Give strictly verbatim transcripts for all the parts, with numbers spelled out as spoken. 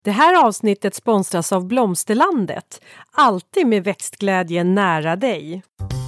Det här avsnittet sponsras av Blomsterlandet. Alltid med växtglädje nära dig.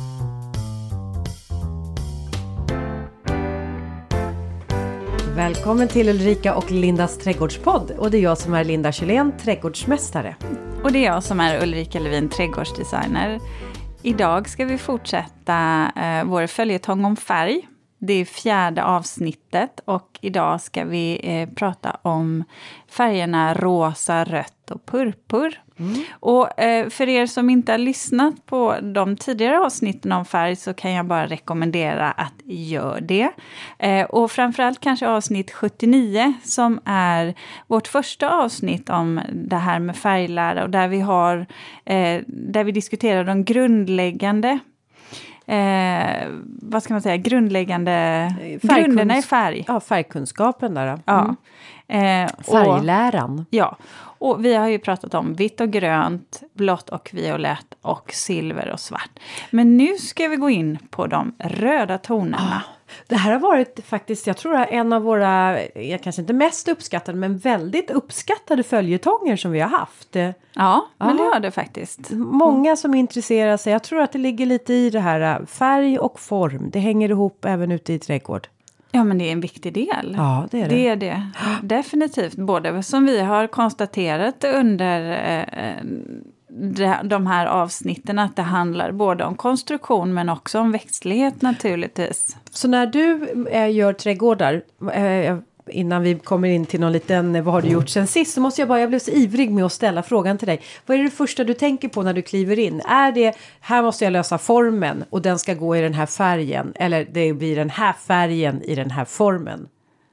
Välkommen till Ulrika och Lindas trädgårdspodd. Och det är jag som är Linda Kjellén, trädgårdsmästare. Och det är jag som är Ulrika Levin, trädgårdsdesigner. Idag ska vi fortsätta eh, vår följetong om färg. Det är fjärde avsnittet och idag ska vi eh, prata om färgerna rosa, rött och purpur. Mm. Och eh, för er som inte har lyssnat på de tidigare avsnitten om färg så kan jag bara rekommendera att göra det. Eh, och framförallt kanske avsnitt sjuttionio som är vårt första avsnitt om det här med färglära och där vi har eh, där vi diskuterar de grundläggande Eh, vad ska man säga, grundläggande Färgkunsk- grunderna i färg. Ja, färgkunskapen där. Mm. Ja. Eh, Färgläran. Och, ja, och vi har ju pratat om vitt och grönt, blått och violett och silver och svart. Men nu ska vi gå in på de röda tonerna. Ah, det här har varit faktiskt, jag tror en av våra, jag kanske inte mest uppskattade, men väldigt uppskattade följetonger som vi har haft. Ja, men Aha. det har det faktiskt. Många som intresserar sig. Jag tror att det ligger lite i det här färg och form. Det hänger ihop även ute i trädgård. Ja, men det är en viktig del. Ja, det är det. Det är det. Definitivt. Både som vi har konstaterat under eh, de här avsnitten att det handlar både om konstruktion men också om växtlighet naturligtvis. Så när du eh, gör trädgårdar, eh, innan vi kommer in till någon liten, vad har du gjort sen sist, så måste jag bara, jag blev så ivrig med att ställa frågan till dig. Vad är det första du tänker på när du kliver in? Är det, här måste jag lösa formen och den ska gå i den här färgen, eller det blir den här färgen i den här formen?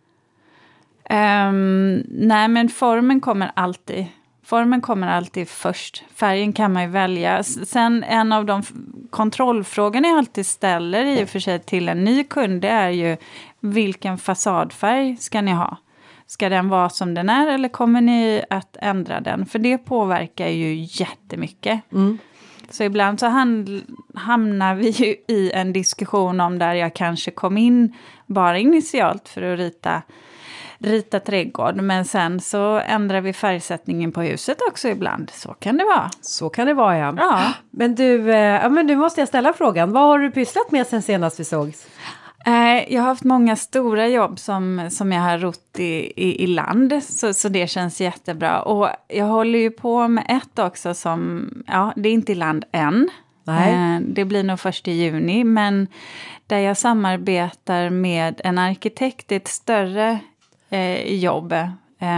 Um, nej, men formen kommer alltid. Formen kommer alltid först. Färgen kan man ju välja. Sen en av de kontrollfrågorna jag alltid ställer i och för sig till en ny kund, det är ju vilken fasadfärg ska ni ha? Ska den vara som den är eller kommer ni att ändra den? För det påverkar ju jättemycket. Mm. Så ibland så hamnar vi ju i en diskussion om där jag kanske kom in bara initialt för att rita rita trädgård, men sen så ändrar vi färgsättningen på huset också ibland. Så kan det vara. Så kan det vara, ja. Ja. Men du, ja, men nu måste jag ställa frågan. Vad har du pysslat med sen senast vi sågs? Eh, jag har haft många stora jobb som, som jag har rott i, i, i land, så, så det känns jättebra. Och jag håller ju på med ett också som, ja, det är inte i land än. Nej. Eh, det blir nog först i juni, men där jag samarbetar med en arkitekt, ett större Eh, jobb eh,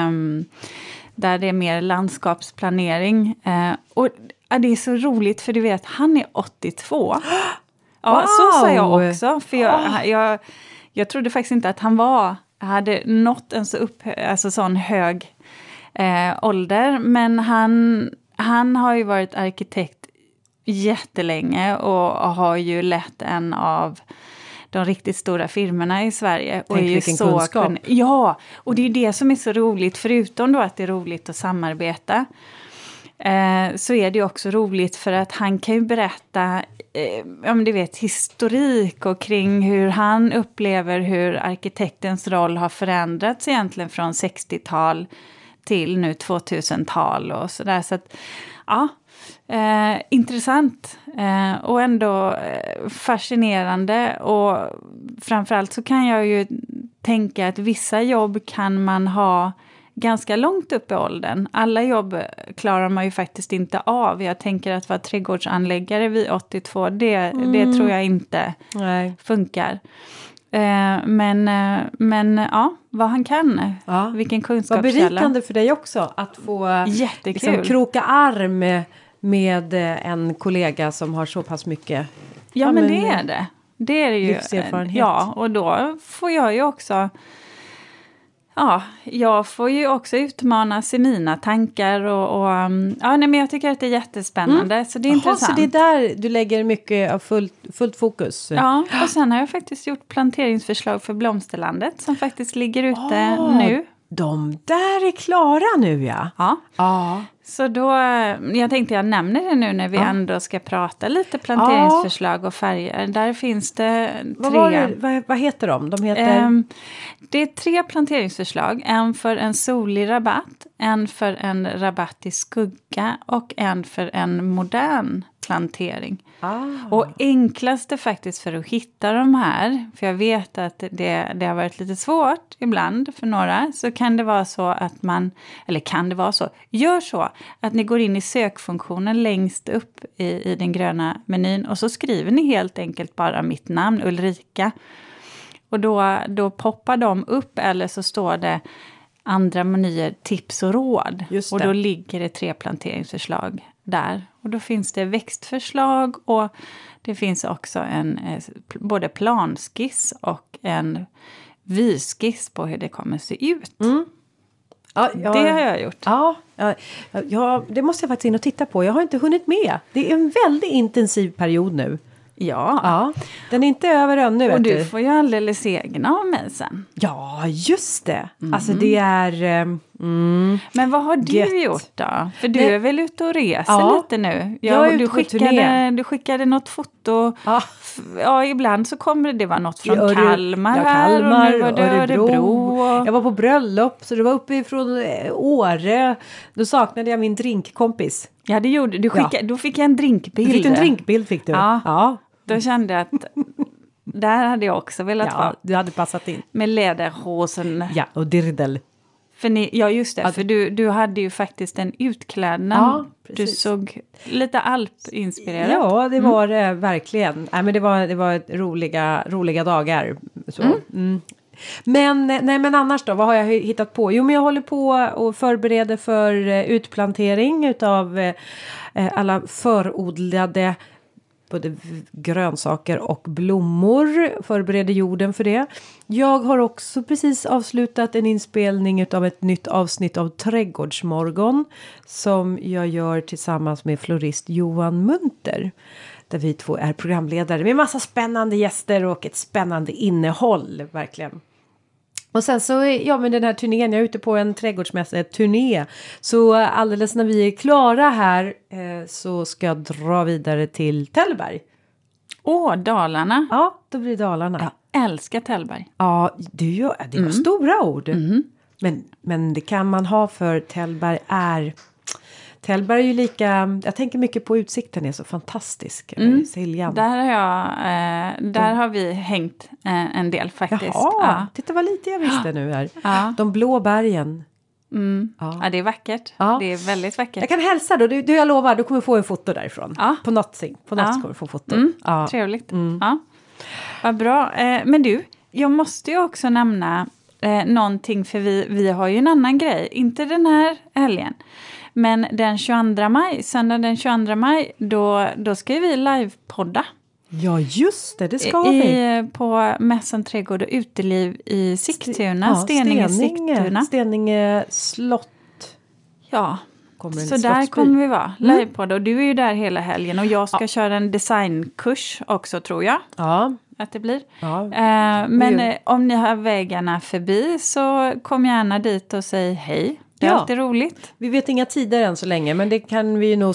där det är mer landskapsplanering eh, och ja, det är så roligt för du vet, han är åttiotvå. Ja, wow. Så sa jag också för jag, oh. jag, jag trodde faktiskt inte att han var hade nått en så upp, alltså sån hög eh, ålder, men han, han har ju varit arkitekt jättelänge och har ju lett en av de riktigt stora firmorna i Sverige. Tänk och är ju vilken så kunskap. Kun... Ja, och det är det som är så roligt. Förutom då att det är roligt att samarbeta. Eh, så är det också roligt för att han kan ju berätta eh, ja, men du vet, historik och kring hur han upplever hur arkitektens roll har förändrats egentligen från sextiotal till nu tvåtusental och sådär. Så att, ja... Eh, intressant eh, och ändå eh, fascinerande och framförallt så kan jag ju tänka att vissa jobb kan man ha ganska långt upp i åldern. Alla jobb klarar man ju faktiskt inte av. Jag tänker att vara trädgårdsanläggare vid åttiotvå, det, mm. det tror jag inte Nej. funkar. Eh, men, eh, men ja, vad han kan. Ja. Vilken kunskapskälla. Vad berikande för dig också att få liksom, kroka arm med med en kollega som har så pass mycket. Ja, ja men, men det är det. Det är det ju. Livserfarenhet. Ja, och då får jag ju också... Ja, jag får ju också utmanas i mina tankar och... och ja, nej, men jag tycker att det är jättespännande. Mm. Så det är Aha, intressant. Så det är där du lägger mycket av fullt, fullt fokus? Ja, och sen har jag faktiskt gjort planteringsförslag för Blomsterlandet som faktiskt ligger ute oh. nu. De där är klara nu, ja. Ja. Ja. Så då, jag tänkte jag nämner det nu när vi ja. ändå ska prata lite planteringsförslag och färger. Där finns det vad tre. Var det, vad, vad heter de? De heter... Um, det är tre planteringsförslag. En för en solig rabatt, en för en rabatt i skugga och en för en modern plantering. Ah. Och enklaste faktiskt för att hitta de här, för jag vet att det, det har varit lite svårt ibland för några, så kan det vara så att man, eller kan det vara så, gör så att ni går in i sökfunktionen längst upp i, i den gröna menyn och så skriver ni helt enkelt bara mitt namn, Ulrika. Och då, då poppar de upp, eller så står det andra menyer, tips och råd. Just och det. då ligger det tre planteringsförslag där. Och då finns det växtförslag och det finns också en både planskiss och en vyskiss på hur det kommer se ut. Mm. Ja, ja, det har jag gjort. Ja, ja, ja, det måste jag faktiskt in och titta på. Jag har inte hunnit med. Det är en väldigt intensiv period nu. Ja. ja. Den är inte över ännu. Och vet du du får ju alldeles egna av mig sen. Ja, just det. Mm. Alltså det är... Mm, Men vad har du gött. gjort då? För du Nej. är väl ute och reser ja. lite nu? Ja, jag är du, ute skickade, du skickade något foto. Ja. ja, ibland så kommer det, det var något från Öre, Kalmar, ja, här. Kalmar Och nu var det Örebro. Örebro och... Jag var på bröllop, så det var uppe från Åre. Då saknade jag min drinkkompis. Ja, det gjorde du. Skickade, ja. Då fick jag en drinkbild. Du fick en drinkbild, fick du. Ja. ja. Då kände jag att där hade jag också velat ja, vara. Du hade passat in. Med läderhosen. Ja, och dirdel. För ni, ja, just det. Att, för du, du hade ju faktiskt en utklädnad. Ja, du såg lite alpinspirerad. Ja, det var det mm. verkligen. Nej, men det var, det var roliga, roliga dagar. Så. Mm. Mm. Men, nej, men annars då, vad har jag hittat på? Jo, men jag håller på och förbereder för utplantering utav eh, alla förodlade både grönsaker och blommor. Förbereder jorden för det. Jag har också precis avslutat en inspelning av ett nytt avsnitt av Trädgårdsmorgon som jag gör tillsammans med florist Johan Munter. Där vi två är programledare med massa spännande gäster och ett spännande innehåll, verkligen. Och sen så, ja, men den här turnén, jag är ute på en trädgårdsmässa-turné. Så alldeles när vi är klara här eh, så ska jag dra vidare till Tällberg. Åh, Dalarna. Ja, då blir det Dalarna. Jag älskar Tällberg. Ja, det, gör, det var mm. stora ord. Mm. Men, men det kan man ha, för Tällberg är... Tällberg är ju lika... Jag tänker mycket på utsikten, är så fantastisk. Mm. Siljan. Där har jag... Eh, där mm. har vi hängt eh, en del faktiskt. Jaha, ja. Titta vad lite jag visste nu här. Ja. De blå bergen. Mm. Ja. ja, det är vackert. Ja. Det är väldigt vackert. Jag kan hälsa då, du, du jag lovar, du kommer få en foto därifrån. Ja. På något sätt. På något ja. ska du få foto. Mm. Ja. Trevligt. Mm. Ja. Vad bra. Eh, men du, jag måste ju också nämna eh, någonting, för vi, vi har ju en annan grej. Inte den här helgen. Men den tjugoandra maj, söndag den tjugoandra maj, då, då ska vi livepodda. Ja, just det, det ska I, vi. På Mässan Trädgård och Uteliv i Sigtuna, ja, Steninge, Steninge, Sigtuna. Steninge slott. Ja, kommer så där kommer vi vara, livepodda. Och du är ju där hela helgen och jag ska ja. köra en designkurs också, tror jag. Ja. Att det blir. Ja. Eh, men eh, om ni har vägarna förbi så kom gärna dit och säg hej. Det är ja. alltid roligt. Vi vet inga tider än så länge, men det kan vi nog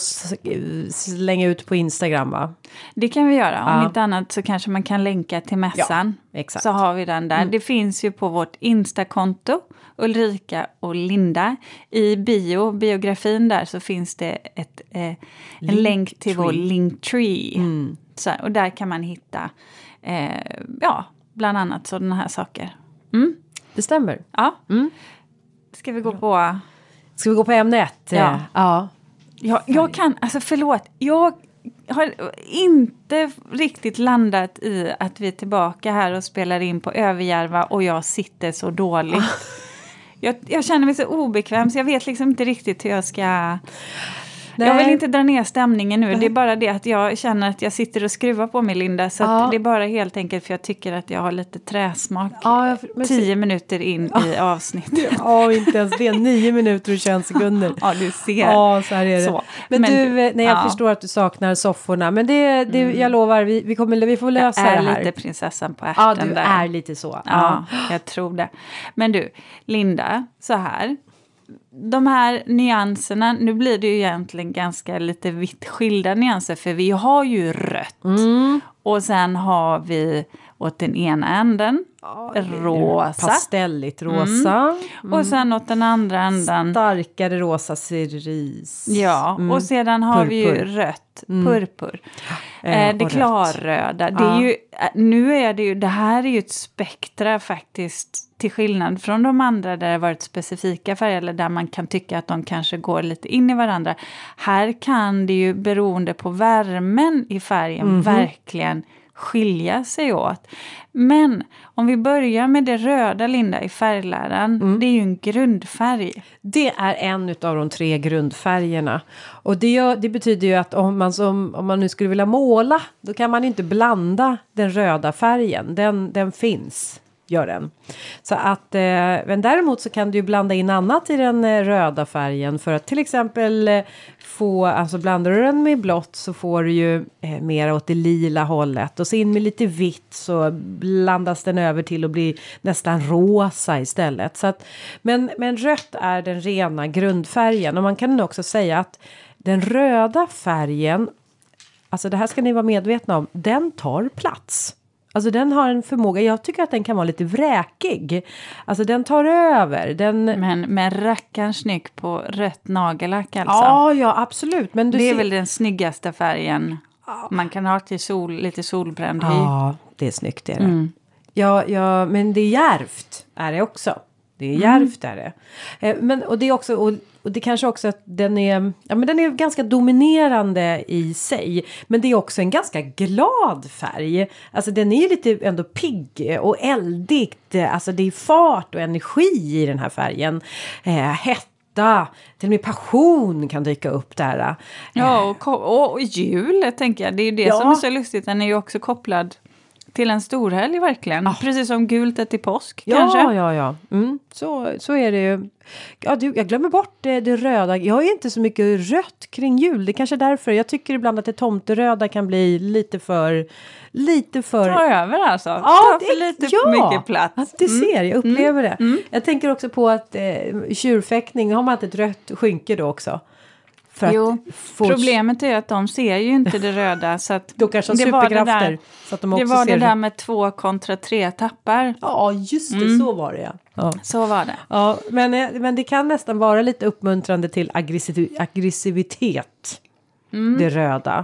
slänga ut på Instagram, va? Det kan vi göra. Om ja. inte annat så kanske man kan länka till mässan. Ja, exakt. Så har vi den där. Mm. Det finns ju på vårt Instakonto, Ulrika och Linda. I bio, biografin där, så finns det ett, eh, en link, länk till vår Linktree. Mm. Så, och där kan man hitta eh, ja, bland annat sådana här saker. Mm. Det stämmer. Ja. Mm. Ska vi gå på... Ska vi gå på ämnet? Ja. ja. Jag, jag kan, alltså förlåt, jag har inte riktigt landat i att vi är tillbaka här och spelar in på Överjärva och jag sitter så dåligt. jag, jag känner mig så obekväm så jag vet liksom inte riktigt hur jag ska... Jag vill inte dra ner stämningen nu. Det är bara det att jag känner att jag sitter och skruvar på mig, Linda. Så ja. att det är bara helt enkelt för jag tycker att jag har lite träsmak. Ja, men tio minuter in ja. i avsnittet. Ja, inte ens det. Nio minuter och tjugo sekunder. Ja, du ser. Ja, så här är det. Så. Men, men du, nej, jag ja. förstår att du saknar sofforna. Men det, det mm. jag lovar, vi, vi, kommer, vi får lösa det här. Jag är lite prinsessan på ärten. Ja, du där. är lite så. Ja, ja, jag tror det. Men du, Linda, så här. De här nyanserna, nu blir det ju egentligen ganska lite vitt skilda nyanser. För vi har ju rött. Mm. Och sen har vi åt den ena änden ja, rosa. Pastelligt rosa. Mm. Mm. Och sen åt den andra änden. Starkare rosa cerise. Ja, mm. och sedan har purpur. Vi ju rött, purpur. Mm. Eh, det klarröda. Det är ju, nu är det ju, det här är ju ett spektra faktiskt. Till skillnad från de andra där det varit specifika färger. Eller där man kan tycka att de kanske går lite in i varandra. Här kan det ju beroende på värmen i färgen mm. verkligen skilja sig åt. Men om vi börjar med det röda, Linda, i färgläran. Mm. Det är ju en grundfärg. Det är en av de tre grundfärgerna. Och det, det betyder ju att om man, som, om man nu skulle vilja måla. Då kan man inte blanda den röda färgen. Den, den finns. Gör den. Så att, eh, men däremot så kan du ju blanda in annat i den eh, röda färgen. För att till exempel eh, få, alltså blandar du den med blått så får du ju eh, mer åt det lila hållet. Och så in med lite vitt så blandas den över till att bli nästan rosa istället. Så att, men, men rött är den rena grundfärgen. Och man kan också säga att den röda färgen, alltså det här ska ni vara medvetna om, den tar plats. Alltså den har en förmåga, jag tycker att den kan vara lite vräkig. Alltså den tar över. Den... Men med rackarns snygg på rött nagellack alltså. Ja, ja absolut. Men du det är ser... väl den snyggaste färgen man kan ha till sol, lite solbränd hy. Ja, det är snyggt det är det. Mm. Ja, ja, men det är djärvt är det också. Det är djärvt är det. Eh, men, och det är också... Och, Och det kanske också att den är, ja, men den är ganska dominerande i sig. Men det är också en ganska glad färg. Alltså den är ju lite ändå pigg och eldigt. Alltså det är fart och energi i den här färgen. Eh, hetta, till och med passion kan dyka upp där. Eh. Ja, och, och, och jul tänker jag. Det är ju det ja. Som är så lustigt. Den är ju också kopplad till en storhelg verkligen. Ah. Precis som gult är till påsk ja, kanske. Ja, ja, ja. Mm, så, så är det ju. Ja, du, jag glömmer bort det, det röda. Jag har ju inte så mycket rött kring jul. Det är kanske därför. Jag tycker ibland att det tomteröda kan bli lite för... Lite för... Ta över alltså. Ja, Ta det, för lite ja, för mycket plats. Ja, det mm. ser jag. Upplever mm. det. Mm. Jag tänker också på att eh, tjurfäktning, har man inte ett rött skynke då också? För jo, få... problemet är att de ser ju inte det röda. Så att då kanske har superkrafter. Det, så att de också det var ser det där med två kontra tre tappar. Ja, just det. Mm. Så var det, ja. ja. Så var det. Ja, men, men det kan nästan vara lite uppmuntrande till aggressiv, aggressivitet. Mm. Det röda.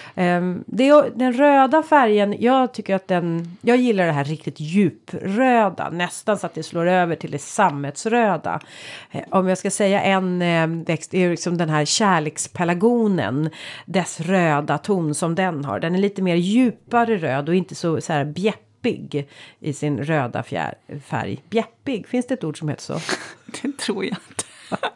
Um, det är, den röda färgen, jag tycker att den, jag gillar det här riktigt djupröda, nästan så att det slår över till det sammetsröda. Uh, om jag ska säga en uh, växt är liksom den här kärlekspelargonen, dess röda ton som den har. Den är lite mer djupare röd och inte så, så här bjäppig i sin röda fjär, färg. Bjäppig, finns det ett ord som heter så? Det tror jag inte.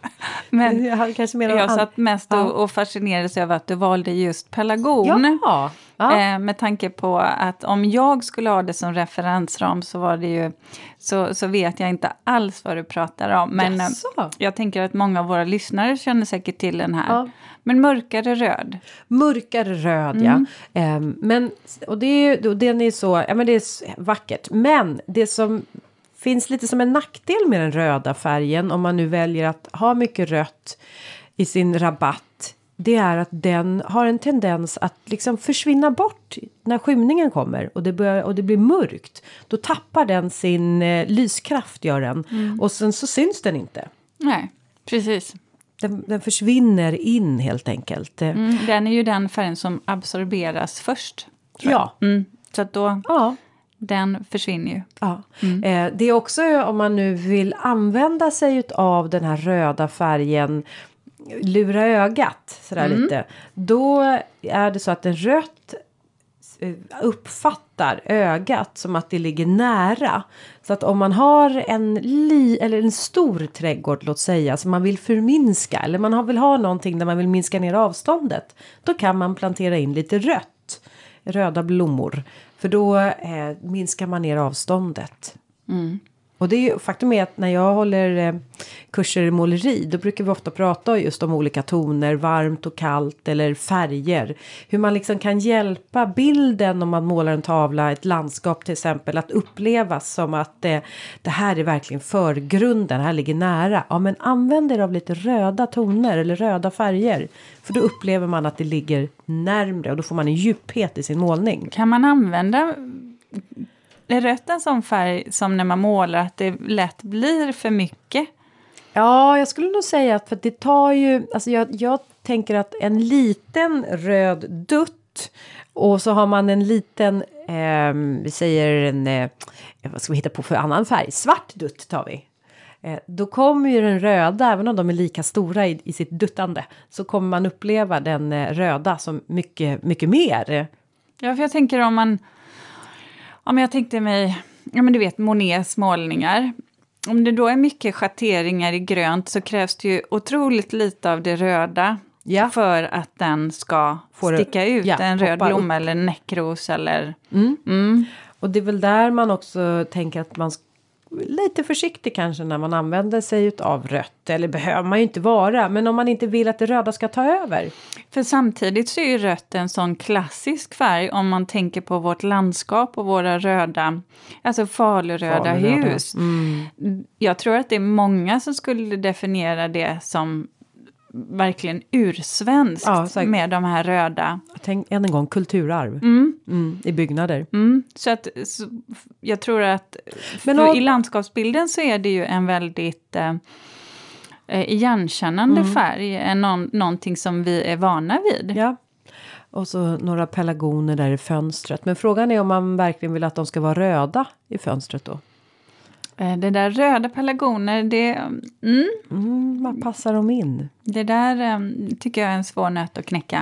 Men jag, kanske jag satt mest ja. och, och fascinerades över att du valde just pelargon. Ja. Ja. Eh, med tanke på att om jag skulle ha det som referensram så var det ju så, så vet jag inte alls vad du pratar om. Men eh, jag tänker att många av våra lyssnare känner säkert till den här. Ja. Men mörkare röd. Mörkare röd, mm. ja. Eh, men, och det är, och den är så, ja men det är vackert. Men det som finns lite som en nackdel med den röda färgen om man nu väljer att ha mycket rött i sin rabatt. Det är att den har en tendens att liksom försvinna bort när skymningen kommer och det, börjar, och det blir mörkt. Då tappar den sin eh, lyskraft, gör den. Mm. Och sen så syns den inte. Nej, precis. Den, den försvinner in helt enkelt. Mm, den är ju den färgen som absorberas först. Ja. Mm, så att då... Ja. Den försvinner ju. Ja. Mm. Eh, det är också om man nu vill använda sig av den här röda färgen, lura ögat sådär mm. lite. Då är det så att en rött uppfattar ögat som att det ligger nära. Så att om man har en, li, eller en stor trädgård, låt säga, som man vill förminska. Eller man vill ha någonting där man vill minska ner avståndet. Då kan man plantera in lite rött. Röda blommor. För då eh, minskar man ner avståndet. Mm. Och det är ju, faktum är att när jag håller eh, kurser i måleri, då brukar vi ofta prata just om olika toner, varmt och kallt eller färger. Hur man liksom kan hjälpa bilden om man målar en tavla, ett landskap till exempel, att upplevas som att eh, det här är verkligen förgrunden, här ligger nära. Ja, men använd er av lite röda toner eller röda färger, för då upplever man att det ligger närmre och då får man en djuphet i sin målning. Kan man använda... Är rött en sån färg som när man målar att det lätt blir för mycket? Ja, jag skulle nog säga att för det tar ju... Alltså jag, jag tänker att en liten röd dutt och så har man en liten, eh, vi säger en, eh, vad ska vi hitta på för annan färg? Svart dutt tar vi. Eh, då kommer ju den röda, även om de är lika stora i, i sitt duttande, så kommer man uppleva den eh, röda som mycket, mycket mer. Ja, för jag tänker om man... Om jag tänkte mig, ja men du vet, Monets målningar. Om det då är mycket schatteringar i grönt så krävs det ju otroligt lite av det röda. Ja. För att den ska Får sticka ut. Ja, en röd blomma upp. Eller en näckros eller... Mm. Mm. Och det är väl där man också tänker att man ska lite försiktig kanske när man använder sig av rött. Eller behöver man ju inte vara. Men om man inte vill att det röda ska ta över. För samtidigt så är ju rött en sån klassisk färg om man tänker på vårt landskap och våra röda, alltså faluröda, faluröda. hus. Mm. Jag tror att det är många som skulle definiera det som verkligen ursvenskt ja, med de här röda. Tänk än en gång kulturarv mm. Mm, i byggnader. Mm. Så att så, jag tror att Men och, i landskapsbilden så är det ju en väldigt eh, igenkännande mm. färg. En, någon, någonting som vi är vana vid. Ja. Och så några pelargoner där i fönstret. Men frågan är om man verkligen vill att de ska vara röda i fönstret då. Det där röda pelargoner, det... Mm. Mm, vad passar de in? Det där um, tycker jag är en svår nöt att knäcka.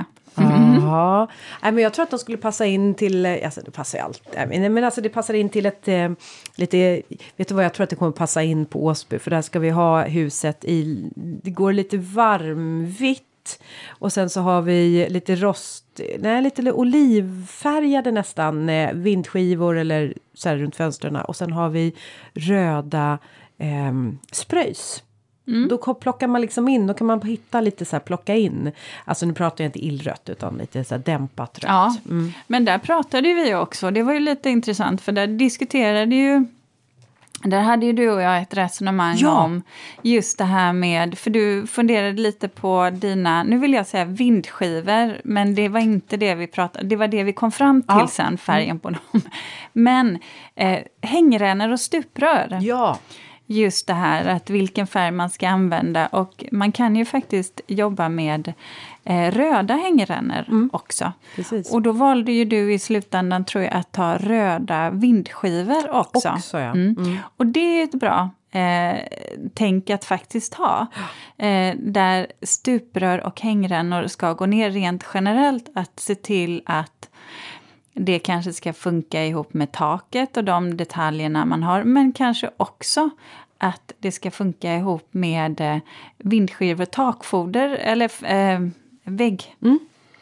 Ja, nej, men jag tror att de skulle passa in till, alltså det passar allt. Nej, men alltså det passar in till ett eh, lite, vet du vad, jag tror att det kommer passa in på Åsby, för där ska vi ha huset i, det går lite varmvitt. Och sen så har vi lite rost, nej lite olivfärgade nästan eh, vindskivor eller så här runt fönstren. Och sen har vi röda eh, spröjs. Mm. Då plockar man liksom in, då kan man hitta lite så här plocka in. Alltså nu pratar jag inte illrött utan lite så här dämpat rött. Ja, mm. Men där pratade vi också, det var ju lite intressant för där diskuterade ju Där hade ju du och jag ett resonemang ja. om just det här med, för du funderade lite på dina, nu vill jag säga vindskivor, men det var inte det vi pratade, det var det vi kom fram till ja. sen, färgen mm. på dem. Men eh, hängrännor och stuprör. Ja. Just det här att vilken färg man ska använda, och man kan ju faktiskt jobba med eh, röda hängrännor mm. också. Precis. Och då valde ju du i slutändan, tror jag, att ta röda vindskivor också. också ja. mm. Mm. Och det är ett bra eh, tänk att faktiskt ha. Eh, där stuprör och hängrännor ska gå ner rent generellt, att se till att det kanske ska funka ihop med taket och de detaljerna man har. Men kanske också att det ska funka ihop med vindskivor, takfoder eller äh, vägg. Mm.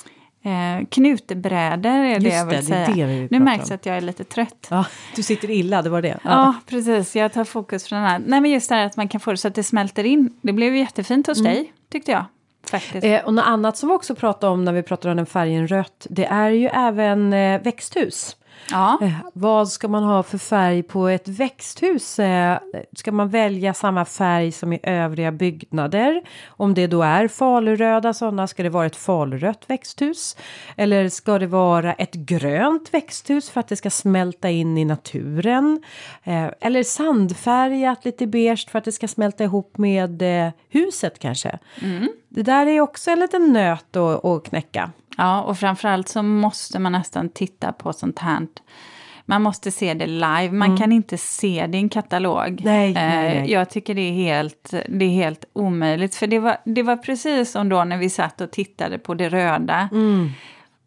Eh, knutbrädor är det jag vill det, säga. Det det nu märks att jag är lite trött. Ja, du sitter illa, det var det. Ja. ja, precis. Jag tar fokus från den här. Nej, men just det här att man kan få det så att det smälter in. Det blev jättefint hos mm. dig, tyckte jag. Faktiskt. Eh, och något annat som vi också pratar om när vi pratar om den färgen rött, det är ju även eh, växthus. Ja. Eh, vad ska man ha för färg på ett växthus? Eh, ska man välja samma färg som i övriga byggnader? Om det då är faluröda sådana, ska det vara ett falurött växthus? Eller ska det vara ett grönt växthus för att det ska smälta in i naturen? Eh, eller sandfärgat, lite beige för att det ska smälta ihop med eh, huset kanske? Mm. Det där är också en liten nöt att, att knäcka. Ja, och framförallt så måste man nästan titta på sånt här. Man måste se det live. Man mm. kan inte se det i en katalog. Nej, nej, nej. Jag tycker det är helt, det är helt omöjligt. För det var, det var precis som då när vi satt och tittade på det röda. Mm.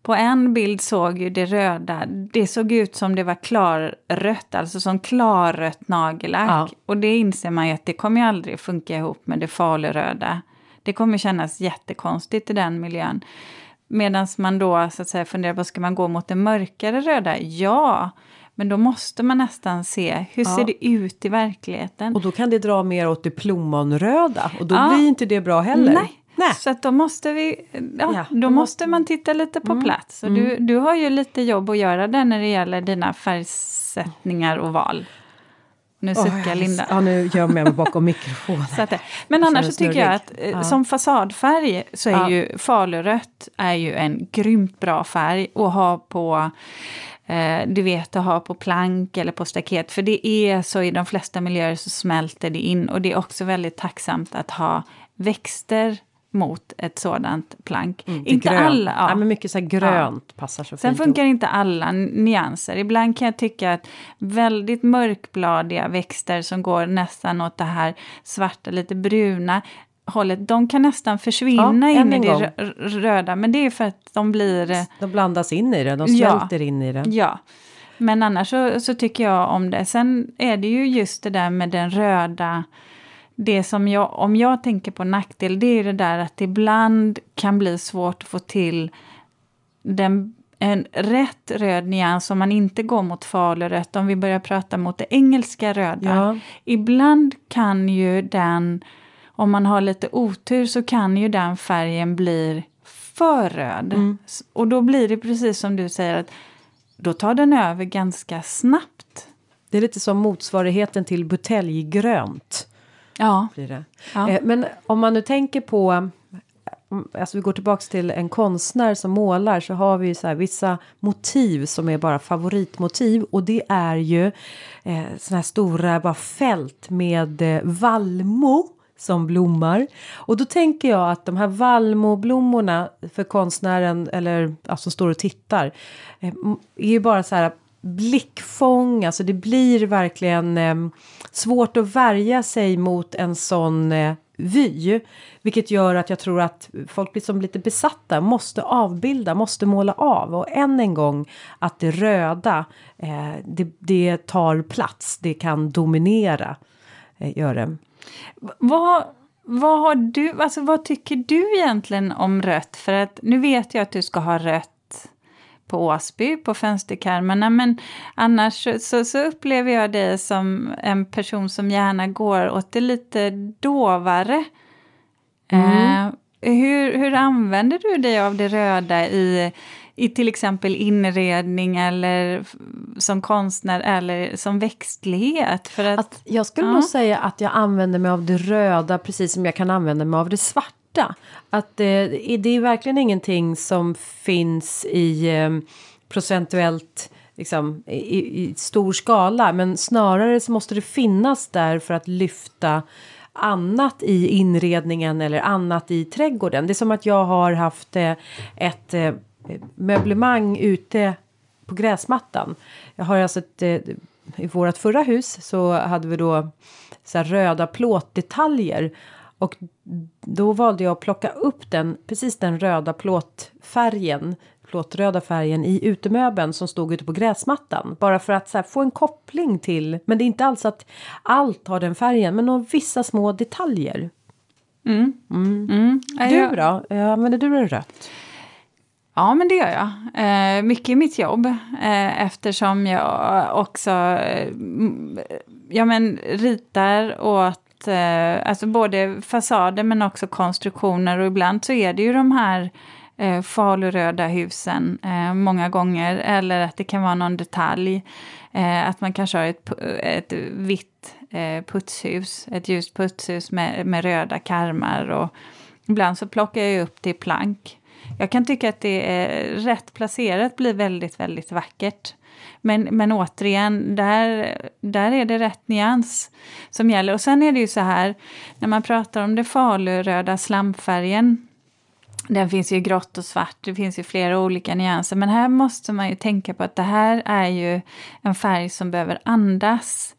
på en bild såg ju det röda, det såg ut som det var klarrött, alltså som klarrött nagellack. Ja. Och det inser man ju att det kommer ju aldrig funka ihop med det faluröda. Det kommer kännas jättekonstigt i den miljön. Medan man då så att säga funderar på, ska man gå mot det mörkare röda? Ja, men då måste man nästan se, hur ja. ser det ut i verkligheten? Och då kan det dra mer åt det plommonröda. Och då ja. blir inte det bra heller. Nej. Nej. Så att då måste vi, ja, ja då, då måste man titta lite på mm. plats. Och mm. du, du har ju lite jobb att göra där när det gäller dina färgsättningar och val. Nu suckar oh, Linda. Ja, nu gör jag mig bakom mikrofonen. Så att, men annars så tycker jag att ja. som fasadfärg så är ja. ju falurött är ju en grymt bra färg att ha på, eh, du vet, att ha på plank eller på staket. För det är så i de flesta miljöer så smälter det in. Och det är också väldigt tacksamt att ha växter mot ett sådant plank. Mm, inte grönt. alla. Ja. Ja, men mycket så här grönt ja. passar så Sen fint. funkar inte alla nyanser. Ibland kan jag tycka att väldigt mörkbladiga växter som går nästan åt det här svarta, lite bruna hållet, de kan nästan försvinna ja, in i det röda. Men det är för att de blir... De blandas in i det, de smälter ja, in i det. Ja, men annars så, så tycker jag om det. Sen är det ju just det där med den röda... Det som jag, om jag tänker på nackdel, det är det där att det ibland kan bli svårt att få till den, en rätt röd nyans om man inte går mot falurött. Om vi börjar prata mot det engelska röda. Ja. Ibland kan ju den, om man har lite otur så kan ju den färgen bli för röd. Mm. Och då blir det precis som du säger att då tar den över ganska snabbt. Det är lite som motsvarigheten till buteljgrönt. Ja. Blir det. Ja. Eh, men om man nu tänker på, alltså vi går tillbaka till en konstnär som målar, så har vi ju så här vissa motiv som är bara favoritmotiv, och det är ju eh, såna här stora bara fält med eh, vallmo som blommar. Och då tänker jag att de här vallmoblommorna för konstnären, eller alltså står och tittar, eh, är ju bara så här blickfång, alltså det blir verkligen eh, svårt att värja sig mot en sån eh, vy, vilket gör att jag tror att folk blir som lite besatta, måste avbilda, måste måla av, och än en gång att det röda eh, det, det tar plats, det kan dominera, eh, gör det. Vad, vad har du, alltså vad tycker du egentligen om rött? För att nu vet jag att du ska ha rött på Åsby, på fönsterkarmarna, men annars så, så upplever jag dig som en person som gärna går åt det lite dovare. Mm. Eh, hur, hur använder du dig av det röda i, i till exempel inredning eller som konstnär eller som växtlighet? För att, att jag skulle ja. nog säga att jag använder mig av det röda precis som jag kan använda mig av det svarta. Att eh, det är verkligen ingenting som finns i eh, procentuellt liksom, i, i stor skala, men snarare så måste det finnas där för att lyfta annat i inredningen eller annat i trädgården. Det är som att jag har haft eh, ett eh, möblemang ute på gräsmattan. Jag har alltså ett, eh, i vårt förra hus så hade vi då så här röda plåtdetaljer. Och då valde jag att plocka upp den, precis den röda plåtfärgen, plåtröda färgen i utemöbeln som stod ute på gräsmattan. Bara för att så här, få en koppling till, men det är inte alls att allt har den färgen, men några vissa små detaljer. Mm. Mm. Mm. Du då? Använder du det rött? Ja, men det gör jag. Eh, mycket i mitt jobb. Eh, eftersom jag också eh, ja, men, ritar åt alltså både fasader men också konstruktioner, och ibland så är det ju de här eh, faluröda husen eh, många gånger, eller att det kan vara någon detalj, eh, att man kanske har ett, ett vitt eh, putshus, ett ljust putshus med, med röda karmar, och ibland så plockar jag upp det i plank. Jag kan tycka att det är rätt placerat, blir väldigt, väldigt vackert. Men, men återigen, där, där är det rätt nyans som gäller. Och sen är det ju så här, när man pratar om det faluröda slamfärgen, den finns ju grått och svart, det finns ju flera olika nyanser. Men här måste man ju tänka på att det här är ju en färg som behöver andas.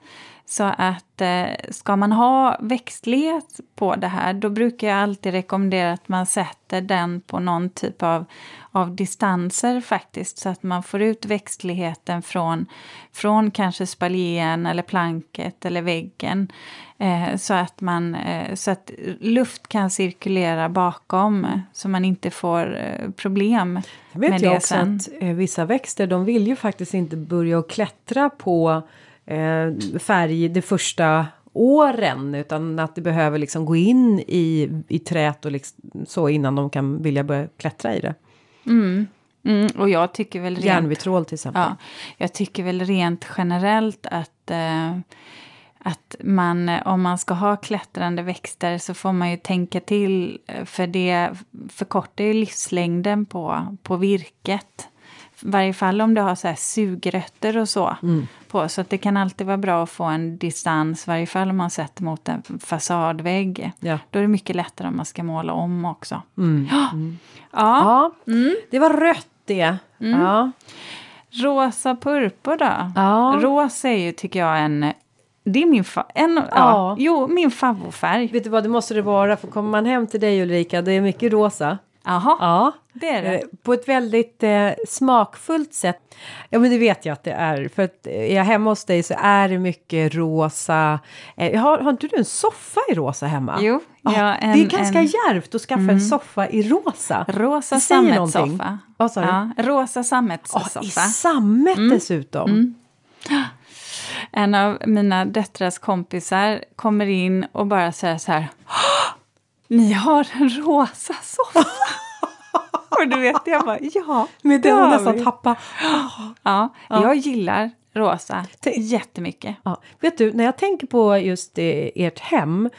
Så att eh, ska man ha växtlighet på det här, då brukar jag alltid rekommendera att man sätter den på någon typ av, av distanser faktiskt. Så att man får ut växtligheten från, från kanske spaljén eller planket eller väggen. Eh, så, att man, eh, så att luft kan cirkulera bakom så man inte får eh, problem jag vet med jag det också sen. att eh, vissa växter, de vill ju faktiskt inte börja och klättra på eh, färg de första åren, utan att det behöver liksom gå in i, i trät och liksom, så innan de kan vilja börja klättra i det. Mm. Mm, och jag tycker väl rent, järnvitrol till exempel. Ja, jag tycker väl rent generellt att, eh, att man, om man ska ha klättrande växter så får man ju tänka till, för det förkortar ju livslängden på, på virket. I varje fall om du har så här sugrötter och så mm. på. Så att det kan alltid vara bra att få en distans, i varje fall om man sätter mot en fasadvägg. Ja. Då är det mycket lättare om man ska måla om också. Mm. Ja. Mm. Ja. ja, mm. det var rött det. Mm. Ja. Rosa purpur då? Ja. Rosa är ju, tycker jag, en... Det är min, fa- en, ja. Ja, jo, min favoritfärg. Vet du vad, det måste det vara. För kommer man hem till dig, Ulrika, det är mycket rosa. Jaha, ja, det är det. På ett väldigt eh, smakfullt sätt. Ja, men det vet jag att det är. För att är jag hemma hos dig så är det mycket rosa. Eh, har, har inte du en soffa i rosa hemma? Jo. Oh, ja, en, det är ganska en... djärvt att skaffa mm. en soffa i rosa. Rosa sammetssoffa. Vad sa du? Ja, rosa sammetssoffa. Oh, i sammet mm. dessutom. Mm. En av mina döttrars kompisar kommer in och bara säger så här: ni har en rosa soffa. Och du vet, jag bara, ja. Med den hon nästan tappa. Oh. Ja, ja, jag gillar rosa T- jättemycket. Ja. Vet du, när jag tänker på just eh, ert hem,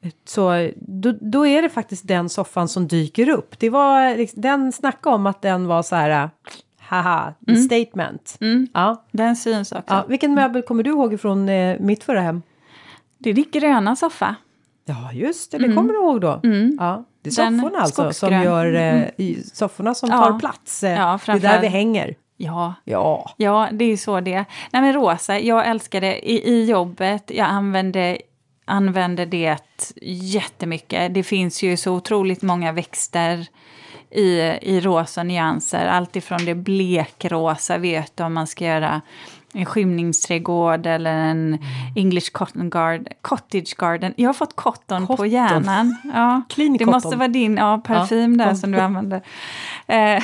så då, då är det faktiskt den soffan som dyker upp. Det var liksom, den snackade om att den var så här, haha, mm. statement. Mm. Ja. Den syns också. Ja. Vilken möbel kommer du ihåg från eh, mitt förra hem? Det är ditt gröna soffa. Ja, just det. Det kommer mm. du ihåg då. Mm. Ja. Det är sofforna alltså som gör eh, i, sofforna som ja. tar plats. Eh, ja, det är där vi hänger. Ja. ja, ja, det är ju så det. Nej, men rosa, jag älskar det i, i jobbet. Jag använder, använder det jättemycket. Det finns ju så otroligt många växter i, i rosa nyanser. Allt ifrån det blekrosa, vet du, om man ska göra en skymningsträdgård eller en mm. English cotton garden, cottage garden. Jag har fått cotton, cotton. på hjärnan. Ja, det cotton. Måste vara din ja, parfym ja. där som du använder. Eh,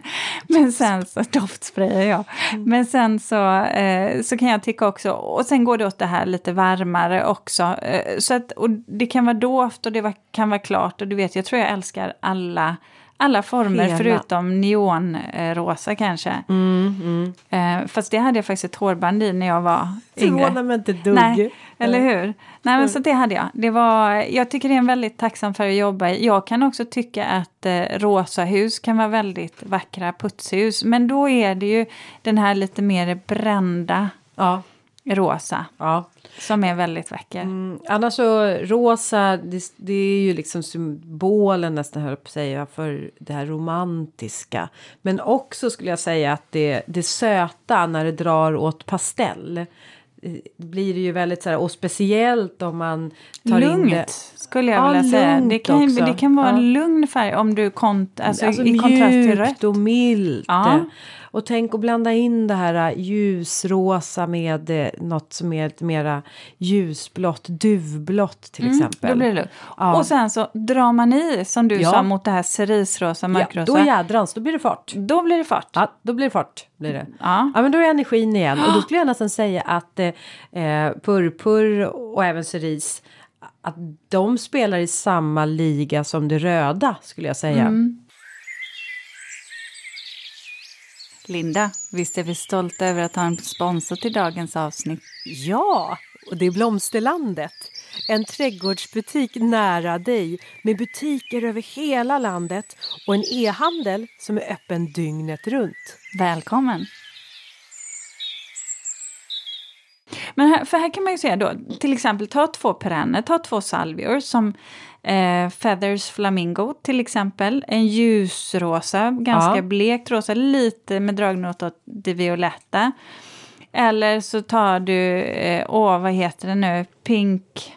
men sen så, doftsprayer ja. Mm. Men sen så, eh, så kan jag tycka också, och sen går det åt det här lite varmare också. Eh, så att, och det kan vara doft och det var, kan vara klart. Och du vet, jag tror jag älskar alla Alla former Hela. förutom neonrosa kanske. Mm, mm. Eh, fast det hade jag faktiskt ett hårband i när jag var yngre. Förvånar mig inte dugg. Nej, eller hur? Nej, men så det hade jag. Det var, jag tycker det är en väldigt tacksam för att jobba i. Jag kan också tycka att eh, rosa hus kan vara väldigt vackra putshus. Men då är det ju den här lite mer brända ja. rosa. Ja. Som är väldigt vacker. Mm, annars så rosa, det, det är ju liksom symbolen nästan, höll på att säga, för det här romantiska. Men också skulle jag säga att det, det söta när det drar åt pastell. Det blir det ju väldigt så här, och speciellt om man tar lugnt, in det. Skulle jag vilja ja, säga. Det kan, det kan vara ja. en lugn färg om du kont, alltså, alltså i kontrast till rött. Mjukt och milt. Ja. Och tänk att blanda in det här ljusrosa med något som är lite mera ljusblått, duvblått till mm, exempel. Då blir det lugnt. Ja. Och sen så drar man i, som du ja. sa, mot det här cerisrosa, mörkrosa. Ja, då jädrans, då blir det fart. Då blir det fart. Ja, då blir det fart. Blir det. Ja. Ja, men då är energin igen. Och då skulle jag nästan säga att eh, purpur och även ceris, att de spelar i samma liga som det röda, skulle jag säga. Mm. Linda, visst är vi stolta över att ha en sponsor till dagens avsnitt? Ja, och det är Blomsterlandet. En trädgårdsbutik nära dig med butiker över hela landet och en e-handel som är öppen dygnet runt. Välkommen! Men här, för här kan man ju säga då, till exempel ta två perenner, ta två salvior som eh, Feathers Flamingo till exempel. En ljusrosa, ganska ja. blekt rosa, lite med dragnot åt det violetta. Eller så tar du, eh, åh vad heter det nu, pink...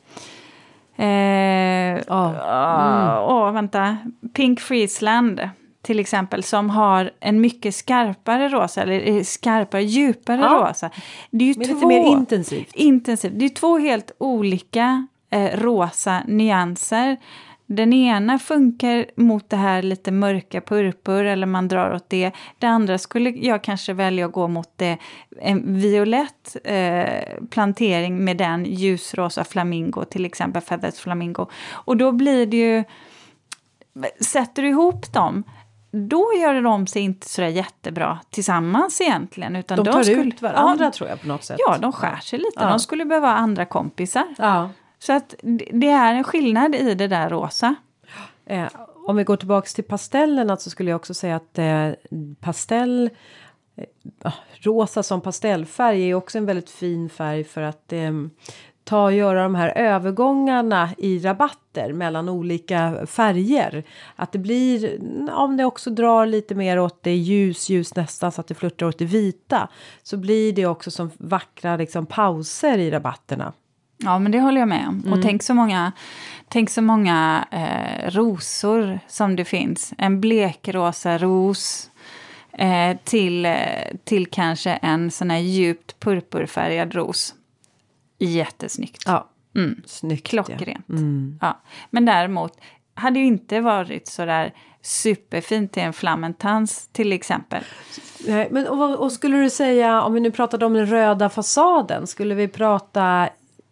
Eh, oh. mm. åh, vänta. Pink Friesland till exempel, som har en mycket skarpare rosa, eller skarpare, djupare ja. rosa. Det är ju Men två, lite mer intensivt. intensivt. Det är två helt olika eh, rosa nyanser. Den ena funkar mot det här lite mörka purpur, eller man drar åt det. Det andra skulle jag kanske välja att gå mot det, en violett eh, plantering med den ljusrosa flamingo, till exempel Feathers Flamingo. Och då blir det ju, sätter du ihop dem, då gör de sig inte så jättebra tillsammans egentligen. Utan de tar de skulle, ut varandra, ja, tror jag, på något sätt. Ja, de skär sig lite. Ja. De skulle behöva andra kompisar. Ja. Så att det är en skillnad i det där rosa. Eh, om vi går tillbaka till pastellerna, så skulle jag också säga att eh, pastell, eh, rosa som pastellfärg är också en väldigt fin färg för att eh, ta och göra de här övergångarna i rabatter mellan olika färger. Att det blir, om det också drar lite mer åt det ljus, ljus nästan så att det flörtar åt det vita, så blir det också som vackra liksom, pauser i rabatterna. Ja, men det håller jag med om. Mm. Och tänk så många, tänk så många eh, rosor som det finns. En blekrosa ros eh, till, eh, till kanske en sån här djupt purpurfärgad ros. Jättesnyggt. Ja, mm. snyggt. Klockrent. Ja. Mm. Ja. Men däremot hade ju inte varit så där superfint till en flamentans till exempel. Nej, men och, och skulle du säga, om vi nu pratade om den röda fasaden, skulle vi prata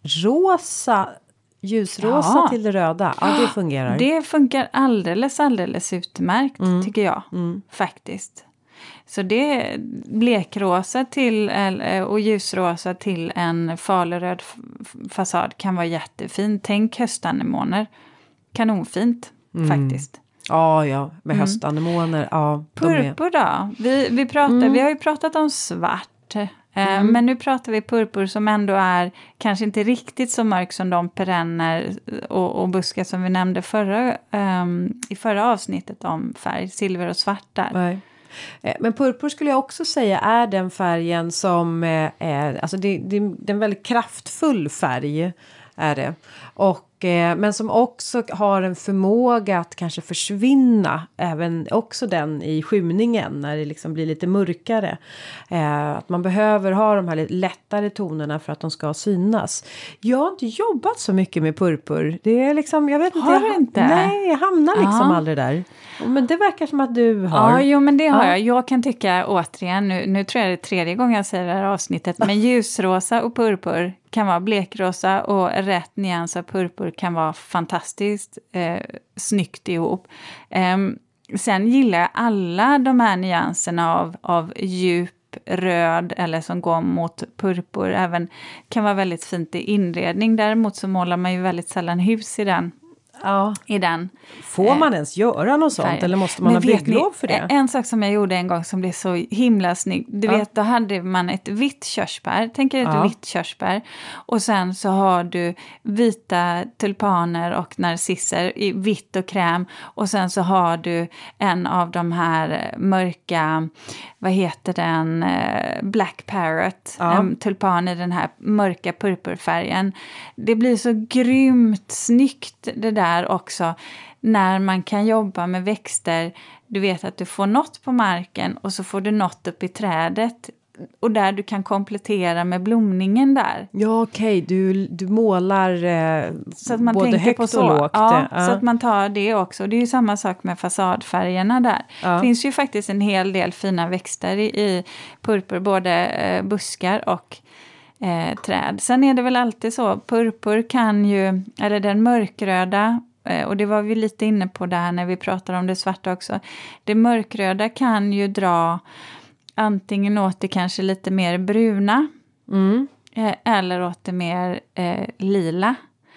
rosa, ljusrosa ja. till det röda? Ja, det fungerar. Det funkar alldeles, alldeles utmärkt, mm. tycker jag. Mm. Faktiskt. Så det blekrosa till, och ljusrosa till en faluröd fasad kan vara jättefint. Tänk höstanemoner. Kanonfint, mm. faktiskt. Ja, ja. Med mm. höstanemoner. Ja, purpur då? Vi, vi, pratar, mm. vi har ju pratat om svart. Mm. Men nu pratar vi purpur som ändå är kanske inte riktigt så mörk som de perenner och, och buskar som vi nämnde förra, um, i förra avsnittet om färg, silver och svart där. Nej. Men purpur skulle jag också säga är den färgen som är, alltså det, det, det är en väldigt kraftfull färg är det. Och, eh, men som också har en förmåga att kanske försvinna, även också den i skymningen när det liksom blir lite mörkare. Eh, att man behöver ha de här lite lättare tonerna för att de ska synas. Jag har inte jobbat så mycket med purpur. Det är liksom, jag vet inte. Har jag, du inte? Nej, jag hamnar liksom ja. aldrig där. Men det verkar som att du har. Ja, jo men det har ja. jag. Jag kan tycka återigen, nu, nu tror jag det är tredje gången jag säger det här avsnittet, men ljusrosa och purpur kan vara blekrosa och rätt nyans av purpur kan vara fantastiskt eh, snyggt ihop. Eh, sen gillar jag alla de här nyanserna av, av djup röd eller som går mot purpur. Även kan vara väldigt fint i inredning. Däremot så målar man ju väldigt sällan hus i den. Ja. I den. Får man ens göra något sånt färg. Eller måste man Men ha bygglov för det? En sak som jag gjorde en gång som blev så himla snygg. Du ja. vet, då hade man ett vitt körsbär. Tänk dig ett ja. vitt körsbär. Och sen så har du vita tulpaner och narcisser i vitt och kräm. Och sen så har du en av de här mörka, vad heter den? Black Parrot. Ja. En tulpan i den här mörka purpurfärgen. Det blir så grymt snyggt det där också, när man kan jobba med växter. Du vet att du får något på marken och så får du något upp i trädet och där du kan komplettera med blomningen där. Ja, okej. Okay. Du, du målar eh, så att man både högt på så. och lågt. Ja, ja, så att man tar det också. Det är ju samma sak med fasadfärgerna där. Ja. Det finns ju faktiskt en hel del fina växter i, i purpur, både eh, buskar och Eh, träd. Sen är det väl alltid så, purpur kan ju, eller den mörkröda, eh, och det var vi lite inne på där när vi pratade om det svarta också, det mörkröda kan ju dra antingen åt det kanske lite mer bruna mm. eh, eller åt det mer eh, lila.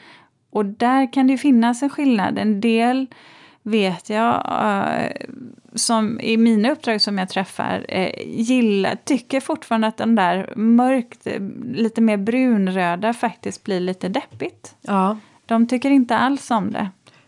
Och där kan det ju finnas en skillnad. En del vet jag uh, som i mina uppdrag som jag träffar eh, gillar, tycker fortfarande att den där mörkt, lite mer brunröda faktiskt blir lite deppigt. Ja. De tycker inte alls om det.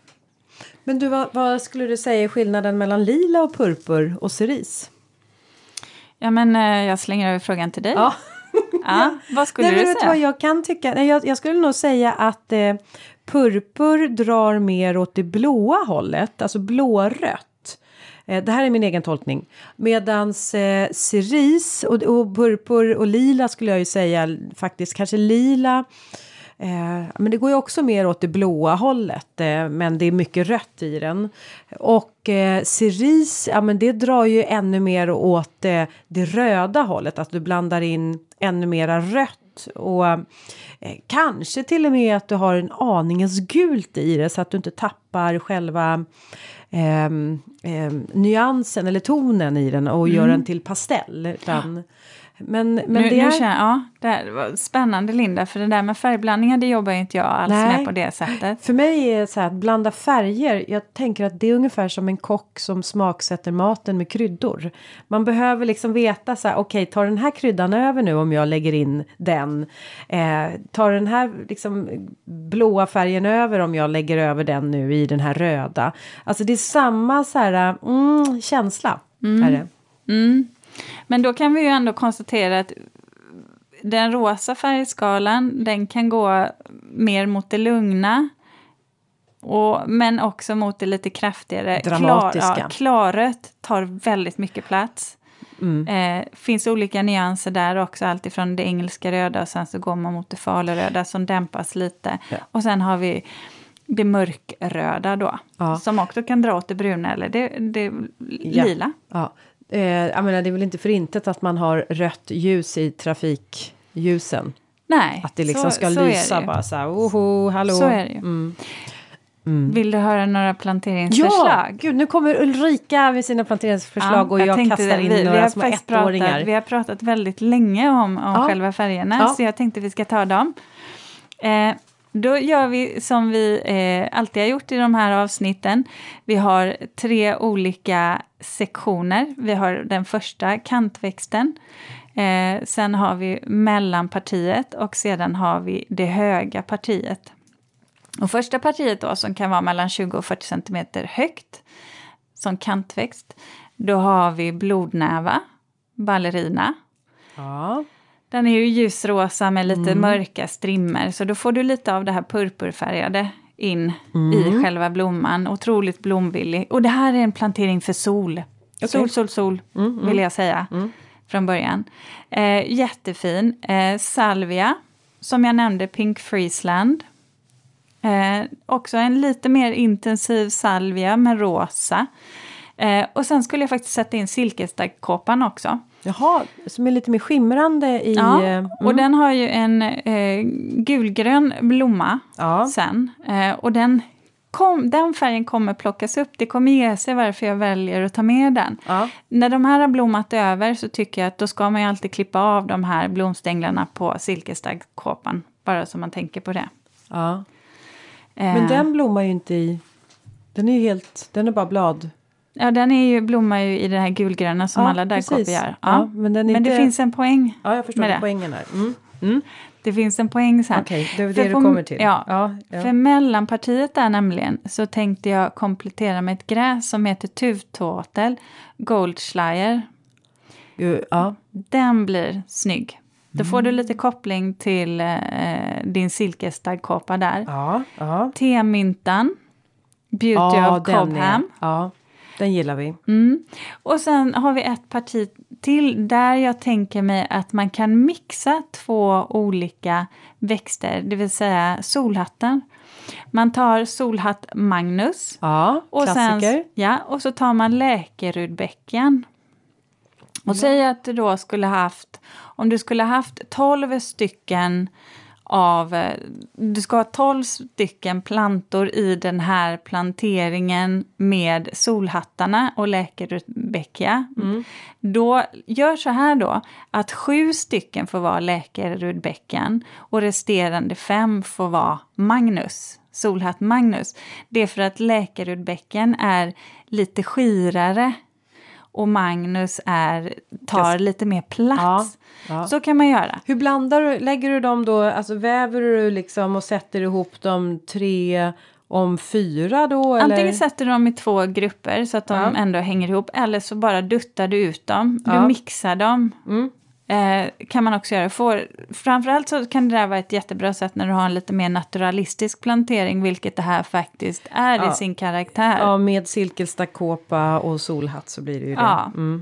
Men du, vad, vad skulle du säga är skillnaden mellan lila och purpur och cerise? Ja, men eh, jag slänger över frågan till dig. Ja. Ja, vad skulle Nej, du men vet säga? vad jag kan tycka? Nej, jag, jag skulle nog säga att eh, purpur drar mer åt det blåa hållet. Alltså blårött. Eh, det här är min egen tolkning. Medans eh, cerise och, och purpur och lila skulle jag ju säga faktiskt. Kanske lila. Eh, men det går ju också mer åt det blåa hållet. Eh, men det är mycket rött i den. Och eh, cerise, ja men det drar ju ännu mer åt eh, det röda hållet. Att du blandar in ännu mera rött. Och eh, kanske till och med att du har en aningens gult i det. Så att du inte tappar själva eh, eh, nyansen eller tonen i den. Och mm. gör den till pastell. Utan... Men, men nu, det är... nu känner jag, ja, det här var spännande Linda, för det där med färgblandningar, det jobbar inte jag alls Nej. med på det sättet. För mig är det så här, att blanda färger, jag tänker att det är ungefär som en kock som smaksätter maten med kryddor. Man behöver liksom veta så här, okej, okay, tar den här kryddan över nu om jag lägger in den? Eh, tar den här liksom blåa färgen över om jag lägger över den nu i den här röda? Alltså det är samma så här, mm, känsla. Mm. Är det. Mm. Men då kan vi ju ändå konstatera att den rosa färgskalan, den kan gå mer mot det lugna. Och, men också mot det lite kraftigare. Dramatiska. Klar, ja, klarrött tar väldigt mycket plats. Mm. Eh, finns olika nyanser där också. Allt ifrån det engelska röda och sen så går man mot det faluröda som dämpas lite. Ja. Och sen har vi det mörkröda då. Ja. Som också kan dra åt det bruna eller det, det lila. Ja. Ja. Eh, jag menar, det är väl inte för intet att man har rött ljus i trafikljusen. Nej. Att det liksom så, ska så lysa bara så här, oho, hallå. Så är det ju. Mm. Mm. Vill du höra några planteringsförslag? Ja, gud, nu kommer Ulrika med sina planteringsförslag ja, och jag, jag kastar in vi, några vi små ettåringar. Pratat, vi har pratat väldigt länge om, om ja. själva färgerna, ja. så jag tänkte vi ska ta dem. Eh, Då gör vi som vi eh, alltid har gjort i de här avsnitten. Vi har tre olika sektioner. Vi har den första, kantväxten. Eh, sen har vi mellanpartiet och sedan har vi det höga partiet. Och första partiet då, som kan vara mellan tjugo och fyrtio centimeter högt som kantväxt. Då har vi blodnäva, ballerina. Ja. Den är ju ljusrosa med lite mm. mörka strimmer. Så då får du lite av det här purpurfärgade in mm. i själva blomman. Otroligt blomvillig. Och det här är en plantering för sol. Okay. Sol, sol, sol mm, mm. vill jag säga mm. från början. Eh, jättefin. Eh, salvia, som jag nämnde, Pink Friesland. Eh, också en lite mer intensiv salvia med rosa. Eh, och sen skulle jag faktiskt sätta in silkesdaggkåpan också. Jaha, som är lite mer skimrande i... Ja, mm. och den har ju en eh, gulgrön blomma ja. sen. Eh, och den, kom, den färgen kommer plockas upp. Det kommer ge sig varför jag väljer att ta med den. Ja. När de här har blommat över så tycker jag att då ska man ju alltid klippa av de här blomstänglarna på silkesdaggkåpan. Bara så man tänker på det. Ja. Eh. Men den blommar ju inte i... Den är ju helt... Den är bara blad... Ja, den är ju, blommar ju i det här gulgröna som ja, alla daggkåpor gör. Ja. Ja, men, den är men inte... det finns en poäng. Ja, jag förstår med det. det. Poängen här. Mm. Mm. Det finns en poäng sen. Okej, okay, det är det för du kommer till. Ja, ja, ja. För mellanpartiet där nämligen så tänkte jag komplettera med ett gräs som heter tuvtåtel, Goldschleier. Jo, ja. Den blir snygg. Då mm. får du lite koppling till eh, din silkesdaggkåpa där. Ja, ja. Temyntan, Beauty ja, of Cobham. Ja, den gillar vi. Mm. Och sen har vi ett parti till där jag tänker mig att man kan mixa två olika växter, det vill säga solhatten. Man tar solhatt Magnus. Ja, och klassiker. Sen, ja, och så tar man läkerudbäcken. Och mm. säg att du då skulle haft, om du skulle haft tolv stycken av, du ska ha tolv stycken plantor i den här planteringen med solhattarna och läkerudbäckia. Mm. Då gör så här då att sju stycken får vara läkerudbäcken och resterande fem får vara Magnus, solhatt Magnus. Det är för att läkerudbäcken är lite skirare och Magnus är, tar lite mer plats. Ja, ja. Så kan man göra. Hur blandar du, lägger du dem då, alltså väver du liksom och sätter ihop de tre om fyra då? Eller? Antingen sätter du dem i två grupper så att de ja. ändå hänger ihop. Eller så bara duttar du ut dem. Du ja. mixar dem. Mm. Eh, kan man också göra. Får, framförallt så kan det där vara ett jättebra sätt när du har en lite mer naturalistisk plantering. Vilket det här faktiskt är ja. i sin karaktär. Ja, med silkestakåpa och solhatt så blir det ju det. Ja. Mm.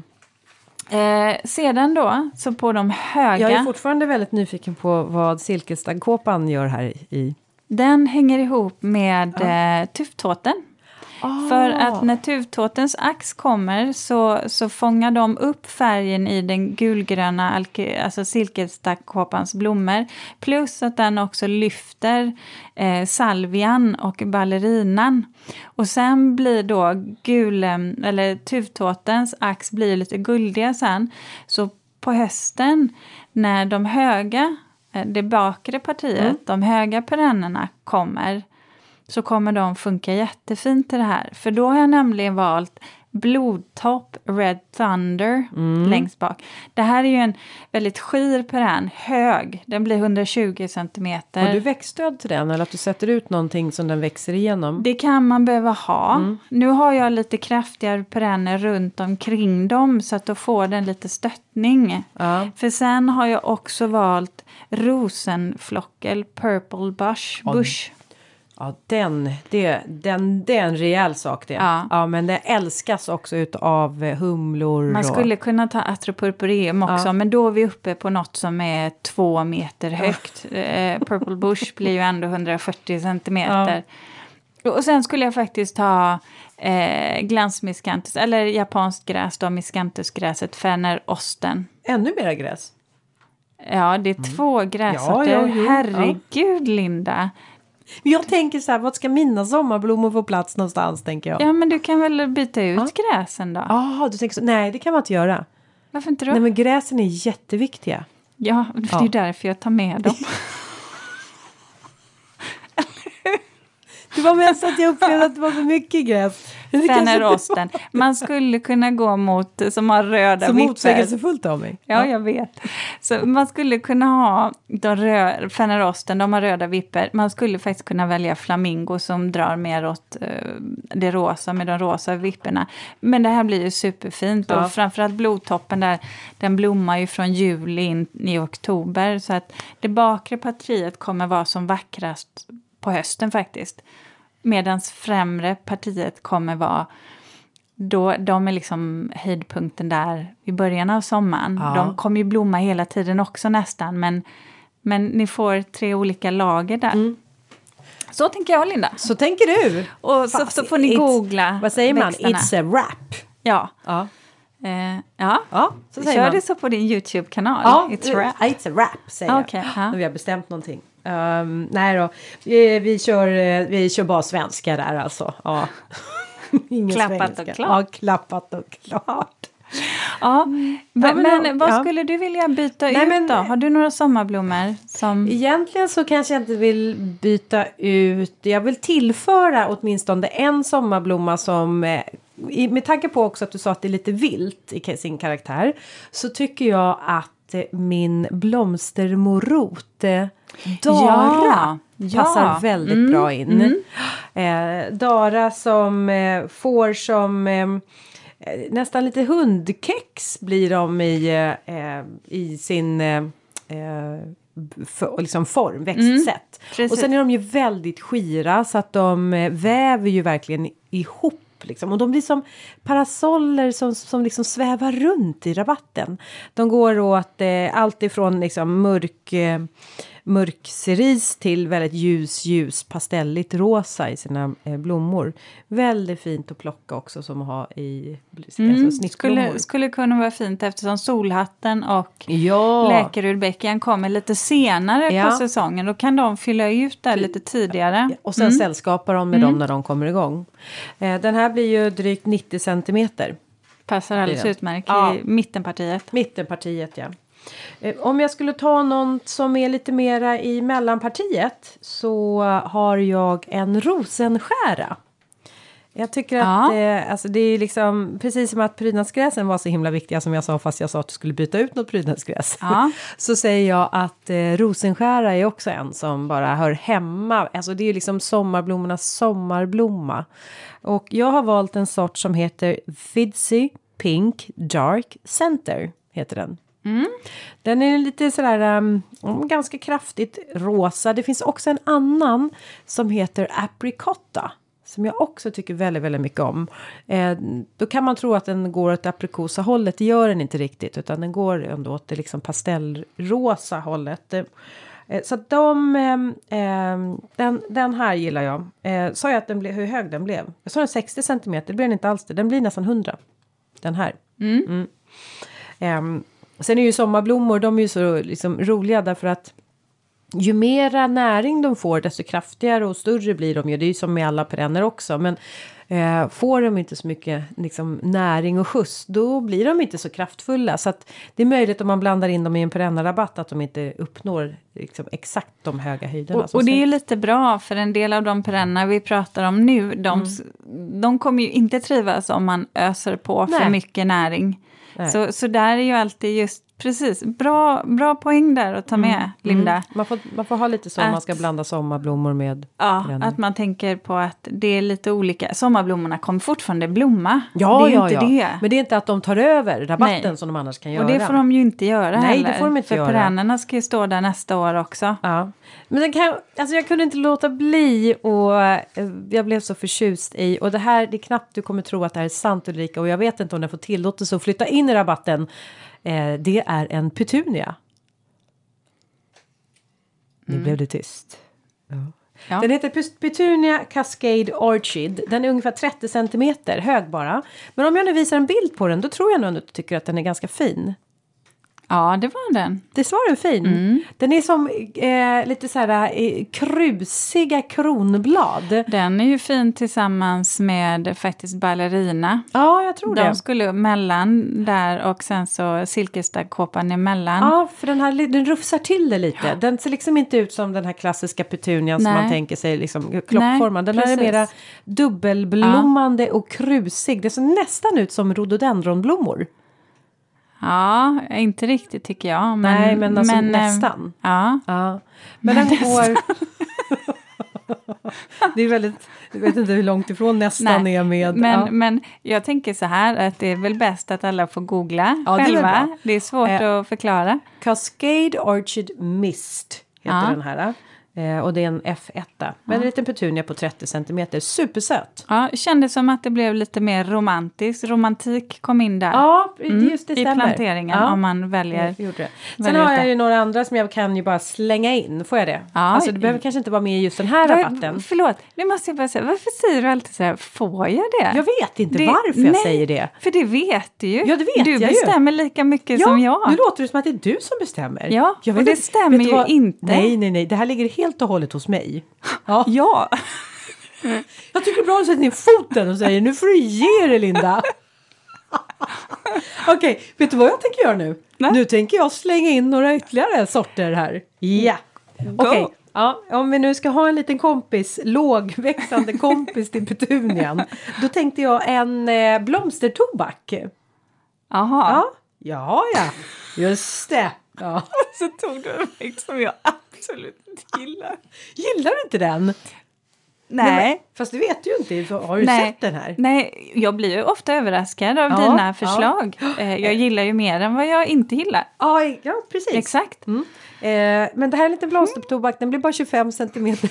Eh, sedan då, så på de höga... Jag är fortfarande väldigt nyfiken på vad silkestakåpan gör här i. Den hänger ihop med ja. eh, tufttåten. Oh. För att när tuvtåtens ax kommer så, så fångar de upp färgen i den gulgröna alke, alltså silkestakåpans blommor. Plus att den också lyfter eh, salvian och ballerinan. Och sen blir då gul, eller tuvtåtens ax blir lite guldiga sen. Så på hösten när de höga, det bakre partiet, mm. de höga perennerna kommer... så kommer de funka jättefint till det här. För då har jag nämligen valt Blodtopp Red Thunder mm. längst bak. Det här är ju en väldigt skir perenn, hög. Den blir hundratjugo centimeter. Har du växtstöd till den eller att du sätter ut någonting som den växer igenom? Det kan man behöva ha. Mm. Nu har jag lite kraftigare perenner runt omkring dem så att då får den lite stöttning. Ja. För sen har jag också valt rosenflockel Purple Bush. Ja. bush. Ja, den det, den, det är en rejäl sak det. Ja. Ja, men det älskas också utav humlor. Man skulle och... kunna ta Atropurpureum också, ja. men då är vi uppe på något som är två meter högt. Ja. Eh, Purple Bush blir ju ändå hundrafyrtio centimeter. Ja. Och sen skulle jag faktiskt ha eh, glansmiscanthus, eller japanskt gräs då, miscanthusgräset, Fenner Osten. Ännu mera gräs? Ja, det är mm. två grässorter. Ja, ja, ja. Herregud, ja. Linda. Jag tänker så här, vad ska mina sommarblommor få plats någonstans, tänker jag. Ja, men du kan väl byta ut ah. gräsen då? Ja, du tänker så. Nej, det kan man inte göra. Varför inte då? Nej, men gräsen är jätteviktiga. Ja, det är ja. därför jag tar med dem. Det var mest att jag upplevde att det var för mycket gräs. Fennerosten. Man skulle kunna gå mot som har röda så vipper. Så motsägelsefullt av mig. Ja, ja, jag vet. Så man skulle kunna ha de rö- Fennerosten, de har röda vipper. Man skulle faktiskt kunna välja flamingo som drar mer åt uh, det rosa med de rosa vipporna. Men det här blir ju superfint. Ja. Och framförallt blodtoppen där, den blommar ju från juli in i oktober. Så att det bakre partiet kommer vara som vackrast på hösten faktiskt. Medan främre partiet kommer vara, då, de är liksom höjdpunkten där i början av sommaren. Ja. De kommer ju blomma hela tiden också nästan, men, men ni får tre olika lager där. Mm. Så tänker jag, Linda. Så tänker du. Och så, så får ni googla. Vad säger man? Växterna. It's a wrap. Ja. Ja. Eh, ja. ja, så säger Kör man. det så på din YouTube-kanal. Ja, it's a wrap. It's a wrap, säger okay, jag. ja. När vi har bestämt någonting. Um, nej då, vi, vi, kör, vi kör bara svenska där alltså. Ja. Klappat svenska. Och klart. Ja, klappat och klart. Ja, mm. men, men, men vad ja. skulle du vilja byta nej, ut men, då? Har du några sommarblommor som... Egentligen så kanske jag inte vill byta ut. Jag vill tillföra åtminstone en sommarblomma som... Med tanke på också att du sa att det är lite vilt i sin karaktär. Så tycker jag att min blomstermorot... Dara ja, passar ja. väldigt mm, bra in. Mm. Eh, Dara som eh, får som eh, nästan lite hundkex blir de i, eh, i sin eh, för, liksom form, växtsätt. Mm, och sen är de ju väldigt skira så att de väver ju verkligen ihop. Liksom. Och de blir som parasoller som, som liksom svävar runt i rabatten. De går åt eh, allt ifrån liksom mörk, eh, mörk cerise till väldigt ljus, ljus pastelligt rosa i sina eh, blommor. Väldigt fint att plocka också som att ha i mm, alltså, skulle, skulle kunna vara fint eftersom solhatten och ja. läkarudbäcken kommer lite senare ja. på säsongen. Då kan de fylla ut där lite tidigare. Ja, och sen mm. sällskapar de med mm. dem när de kommer igång. Eh, den här blir ju drygt nittio centimeter. Passar alldeles utmärkt ja. i mittenpartiet. Mittenpartiet, ja. Eh, om jag skulle ta någon som är lite mera i mellanpartiet så har jag en rosenskära. Jag tycker att Ja. eh, alltså det är liksom precis som att prydnadsgräsen var så himla viktiga som jag sa fast jag sa att du skulle byta ut något prydnadsgräs. Ja. Så säger jag att eh, rosenskära är också en som bara hör hemma. Alltså det är ju liksom sommarblommornas sommarblomma. Och jag har valt en sort som heter Fidzy Pink Dark Center heter den. Mm. Den är lite sådär um, ganska kraftigt rosa. Det finns också en annan som heter Apricotta. Som jag också tycker väldigt, väldigt mycket om. Eh, då kan man tro att den går åt aprikosa-hållet. Det gör den inte riktigt. Utan den går ändå åt det liksom pastellrosa hållet. Eh, så att de... Eh, eh, den, den här gillar jag. Eh, sa jag att den blev, hur hög den blev? Jag sa den sextio centimeter. Det blir den inte alls det. Den blir nästan hundra. Den här. Mm. Mm. Eh, sen är ju sommarblommor. De är ju så liksom roliga därför att... Ju mera näring de får desto kraftigare och större blir de ju. Det är ju som med alla perenner också. Men eh, får de inte så mycket liksom, näring och skjuts då blir de inte så kraftfulla. Så att det är möjligt om man blandar in dem i en perennarabatt att de inte uppnår liksom, exakt de höga höjderna. Och, och det är ju lite bra för en del av de perenner vi pratar om nu. De, mm. de kommer ju inte trivas om man öser på Nej. för mycket näring. Så, så där är ju alltid just precis, bra, bra poäng där att ta med, mm. Linda. Mm. Man, får, man får ha lite så att, om man ska blanda sommarblommor med ja, perenner. att man tänker på att det är lite olika. Sommarblommorna kommer fortfarande blomma. Ja, det är ju ja, inte ja. det. Men det är inte att de tar över rabatten Nej. som de annars kan Och göra. det får de ju inte göra Nej, heller. det får de inte för göra. perennerna ska ju stå där nästa år också. Ja. Men den kan, alltså jag kunde inte låta bli och eh, jag blev så förtjust i. Och det här, det är knappt du kommer tro att det här är sant Ulrika. Och jag vet inte om den får tillåtelse att flytta in i rabatten. Eh, det är en petunia. Nu Mm. blev det tyst. Ja. Ja. Den heter Petunia Cascade Orchid. Den är ungefär trettio centimeter hög bara. Men om jag nu visar en bild på den då tror jag nog att du tycker att den är ganska fin. Ja, det var den. Det var den fin. Mm. Den är som eh, lite så här eh, krusiga kronblad. Den är ju fin tillsammans med faktiskt ballerina. Ja, jag tror De det. skulle mellan där och sen så silkesdaggkåpan emellan. Ja, för den här den rufsar till det lite. Ja. Den ser liksom inte ut som den här klassiska petunian som Nej. man tänker sig liksom klockformad. Den här är precis. mera dubbelblommande ja. och krusig. Det ser nästan ut som rhododendronblommor. Ja, inte riktigt tycker jag. Men, Nej, men alltså men, nästan. Ja. ja. Men, men den går... det är väldigt... Jag vet inte hur långt ifrån nästan Nej, är med... Men, ja. men jag tänker så här att det är väl bäst att alla får googla ja, själva. Det är, det är svårt eh, att förklara. Cascade Orchid Mist heter ja. den här. Eh, och det är en F ett. Men ja. en liten petunia på trettio centimeter. Supersött. Ja, det kändes som att det blev lite mer romantiskt. Romantik kom in där. Ja, just det mm, stämmer. I planteringen ja. om man väljer. Jag gjorde det. Sen väljer har jag det. ju några andra som jag kan ju bara slänga in. Får jag det? Ja. Alltså det behöver kanske inte vara med i just den här Var, rabatten. Förlåt, nu måste jag bara säga. Varför säger du alltid så här? Får jag det? Jag vet inte det, varför jag nej, säger det. För det vet du ju. Ja, det vet du jag ju. Du bestämmer lika mycket ja, som jag. nu låter det som att det är du som bestämmer. Ja, jag och vet det inte, stämmer ju vad? inte. Nej, nej, nej. Det här ligger helt och hållet hos mig. Ja. ja. Jag tycker det är bra att du sätter ner foten och säger nu får du ge dig, Linda. Okej, okay, vet du vad jag tänker göra nu? Nej. Nu tänker jag slänga in några ytterligare sorter här. Ja. Okej. Okay. Ja, om vi nu ska ha en liten kompis, lågväxande kompis till petunian. Då tänkte jag en eh, blomstertobak. Jaha. Ja, ja, ja. Just det. Ja. Så tog du en växt som jag absolut inte gillar. Gillar du inte den? Nej. Nej men, fast du vet ju inte. Har du Nej. sett den här? Nej, jag blir ju ofta överraskad av ja, dina förslag. Ja. Jag gillar ju mer än vad jag inte gillar. Ja, ja precis. Exakt. Mm. Eh, men det här är lite blomstertobak. Den blir bara tjugofem centimeter.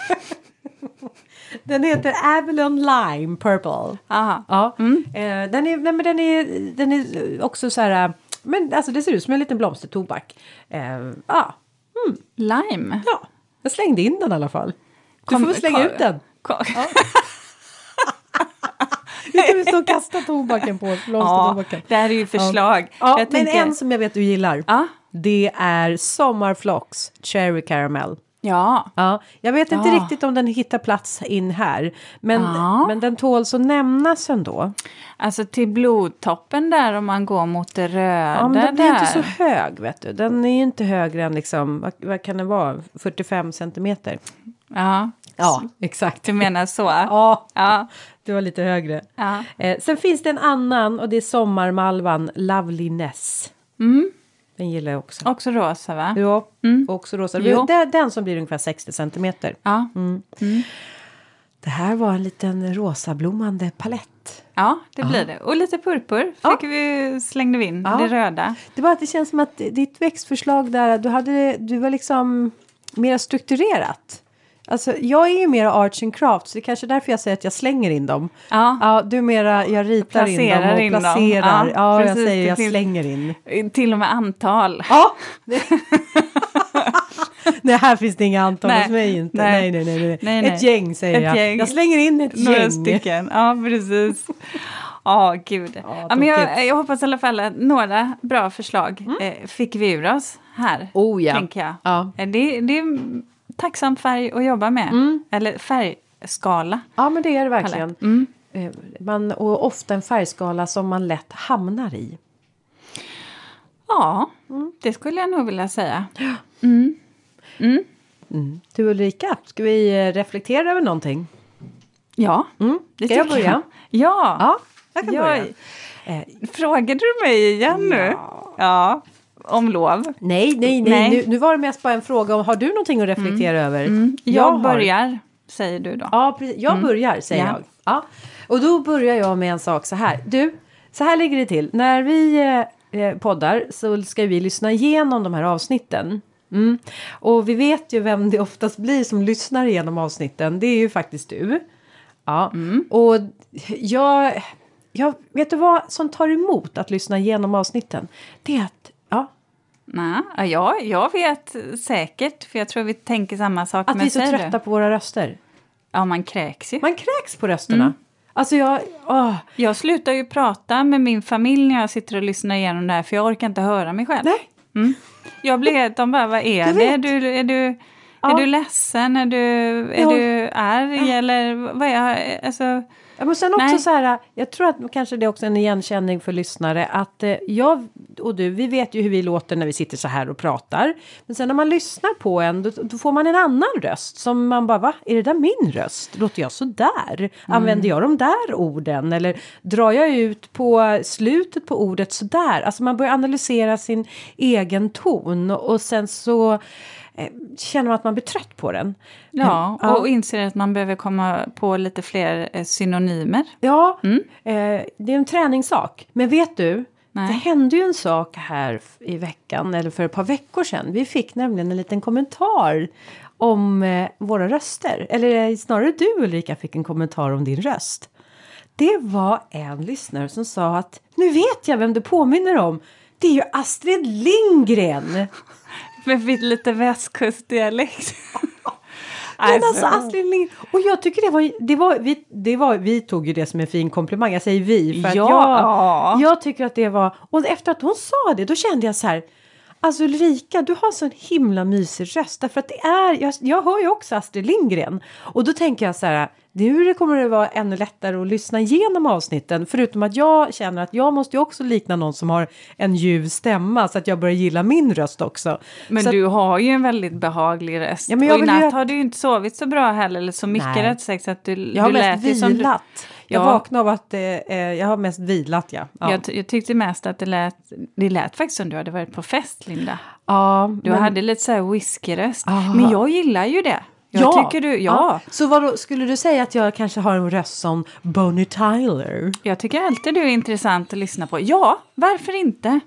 Den heter Avalon Lime Purple. Aha. Ja. Mm. Eh, den, är, nej, men den, är, den är också så här... Men alltså det ser ut som en liten blomstertobak. Eh, ja. Mm. Lime? Ja, jag slängde in den i alla fall. Du kom, får väl slänga kom, ut den. Kom. Ja. Vi kan väl stå och kasta tobaken på oss. Ja, det här är ju förslag. Ja, jag men tänker... en som jag vet du gillar. Ja. Det är Sommarflocks Cherry Caramel. Ja. Ja, jag vet inte ja. riktigt om den hittar plats in här. Men, ja. men den tåls att nämnas ändå. Alltså till blodtoppen där om man går mot det röda. Ja, men den blir där. inte så hög, vet du. Den är ju inte högre än liksom, vad, vad kan det vara? fyrtiofem centimeter. Ja. Ja, exakt. Du menar så? Ja. Ja. det var lite högre. Ja. Eh, sen finns det en annan och det är Sommarmalvan, Loveliness. Mm. Den gillar jag också. Också rosa, va? Ja, Mm. också rosa. Jo. Det är den som blir ungefär sextio centimeter. Ja. Mm. Mm. Det här var en liten rosablommande palett. Ja, det blir Ja. det. Och lite purpur fick Ja. vi, slängde vi in. Ja. Det röda. Det var att det känns som att ditt växtförslag där, du, hade, du var liksom mer strukturerat. Alltså, jag är ju mera arts and crafts, så det är kanske därför jag säger att jag slänger in dem. Ja. Ja, du mera, jag ritar in dem och Placerar in dem. placerar. Ja, Ja, jag precis, säger det jag finns- slänger in. Till och med antal. Ja! Det... Nej, här finns det inga antal Nej. hos mig inte. Nej. Nej, nej, nej. nej. Nej, nej. Ett gäng säger Ett jag. gäng. Jag slänger in ett Några gäng. stycken. Ja, precis. Ja, gud. Ja, Ja, men jag, tokigt. jag hoppas i alla fall att några bra förslag eh, fick vi ur oss här. Oh ja. Tänker jag. Ja. Eh, Det, det är tacksam färg att jobba med. Mm. Eller färgskala. Ja, men det är det verkligen. Mm. Eh, Man, och ofta en färgskala som man lätt hamnar i. Ja, det skulle jag nog vilja säga. Mm. Mm. Mm. Du Ulrika, ska vi eh, reflektera över någonting? Ja, Mm. det Ska jag tycker börja? Ja, Ja, jag kan jag, börja. Eh, Frågade du mig igen nu? Ja. Ja, om lov. nej, nej, nej. Nej. Nu, nu var det mest bara en fråga om, har du någonting att reflektera över? Mm. Jag, har. börjar, säger du då. Ja, precis. Jag börjar, säger Ja. jag. Ja. Och då börjar jag med en sak så här. Du, så här ligger det till. När vi eh, poddar så ska vi lyssna igenom de här avsnitten. Mm. Och vi vet ju vem det oftast blir som lyssnar igenom avsnitten. Det är ju faktiskt du. Ja. Och jag, jag... Vet du vad som tar emot att lyssna igenom avsnitten? Det är att... Ja, Nej, ja, jag vet säkert, för jag tror vi tänker samma sak. att men vi är så säger trötta du? på våra röster. Ja, man kräks ju. Man kräks på rösterna. Alltså jag... Åh. Jag slutar ju prata med min familj när jag sitter och lyssnar igenom det här, för jag orkar inte höra mig själv. Nej. Mm. Jag blir helt, de bara, vad är Jag det? vet. Är du, är du, Ja. är du ledsen? Är du, är Ja. du arg? Eller vad är, alltså... Ja, men sen också Nej. så här, jag tror att kanske det är också en igenkänning för lyssnare att eh, jag och du, vi vet ju hur vi låter när vi sitter så här och pratar. Men sen när man lyssnar på en, då, då får man en annan röst som man bara, va? Är det där min röst? Låter jag så där? Använder jag de där orden? Eller drar jag ut på slutet på ordet så där? Alltså man börjar analysera sin egen ton och sen så eh, känner man att man blir trött på den. Ja, Ja. och inser att man behöver komma på lite fler eh, synonymer. Ja, Mm. eh, det är en träningssak. Men vet du, Nej. det hände ju en sak här f- i veckan, eller för ett par veckor sedan. Vi fick nämligen en liten kommentar om eh, våra röster. Eller eh, snarare du Ulrika fick en kommentar om din röst. Det var en lyssnare som sa att, nu vet jag vem du påminner om. Det är ju Astrid Lindgren. Med lite västkustdialekt. Men alltså Astrid Lindgren. Och jag tycker det var, det var, vi, det var, vi tog ju det som en fin komplimang. Jag säger vi. För att Ja. jag, jag tycker att det var, och efter att hon sa det, då kände jag så här. Alltså Ulrika, du har så en himla mysig röst. Därför att det är, jag, jag hör ju också Astrid Lindgren. Och då tänker jag så här, nu kommer det vara ännu lättare att lyssna igenom avsnitten. Förutom att jag känner att jag måste ju också likna någon som har en ljuv stämma. Så att jag börjar gilla min röst också. Men så du har ju en väldigt behaglig röst. Ja, men jag och i vill ju natt att- har du ju inte sovit så bra heller. Eller så mycket Nej. rätt sagt. Så att du, Jag har du mest lät ju som du- vilat. Jag Ja. vaknade av att eh, eh, jag har mest vilat, ja. Ja, Jag, ty- jag tyckte mest att det lät, det lät faktiskt som du hade varit på fest, Linda. ja Du men- hade lite så här whiskyröst. Aha. Men jag gillar ju det. Jag ja, tycker du, ja. Så vad då, skulle du säga att jag kanske har en röst som Bonnie Tyler? Jag tycker alltid du är intressant att lyssna på. Ja, varför inte?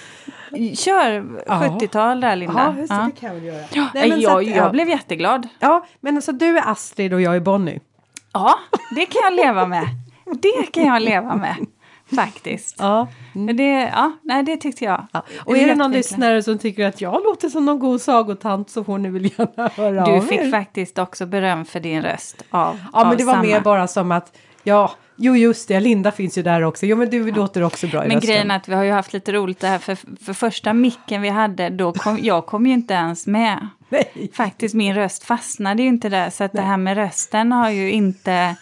Kör Ja. sjuttiotal där, Linda. Ja, just det, det kan jag väl göra. Ja. Nej, men så jag, att- ja. jag blev jätteglad. Ja, men alltså du är Astrid och jag är Bonnie. Ja, det kan jag leva med. Det kan jag leva med, faktiskt. Ja. Men det, ja, nej, det tyckte jag. Ja. Och är det någon Jätteäckligt. lyssnare som tycker att jag låter som någon god sagotant så får ni väl gärna höra Du av fick er. faktiskt också beröm för din röst av Ja, av men det var samma. mer bara som att, ja, jo just det, Linda finns ju där också. Jo, men du låter också bra i Men rösten. grejen är att vi har ju haft lite roligt det här, för, för första micken vi hade, då kom, jag kom ju inte ens med. Nej. Faktiskt, min röst fastnade ju inte där, så att det här med rösten har ju inte...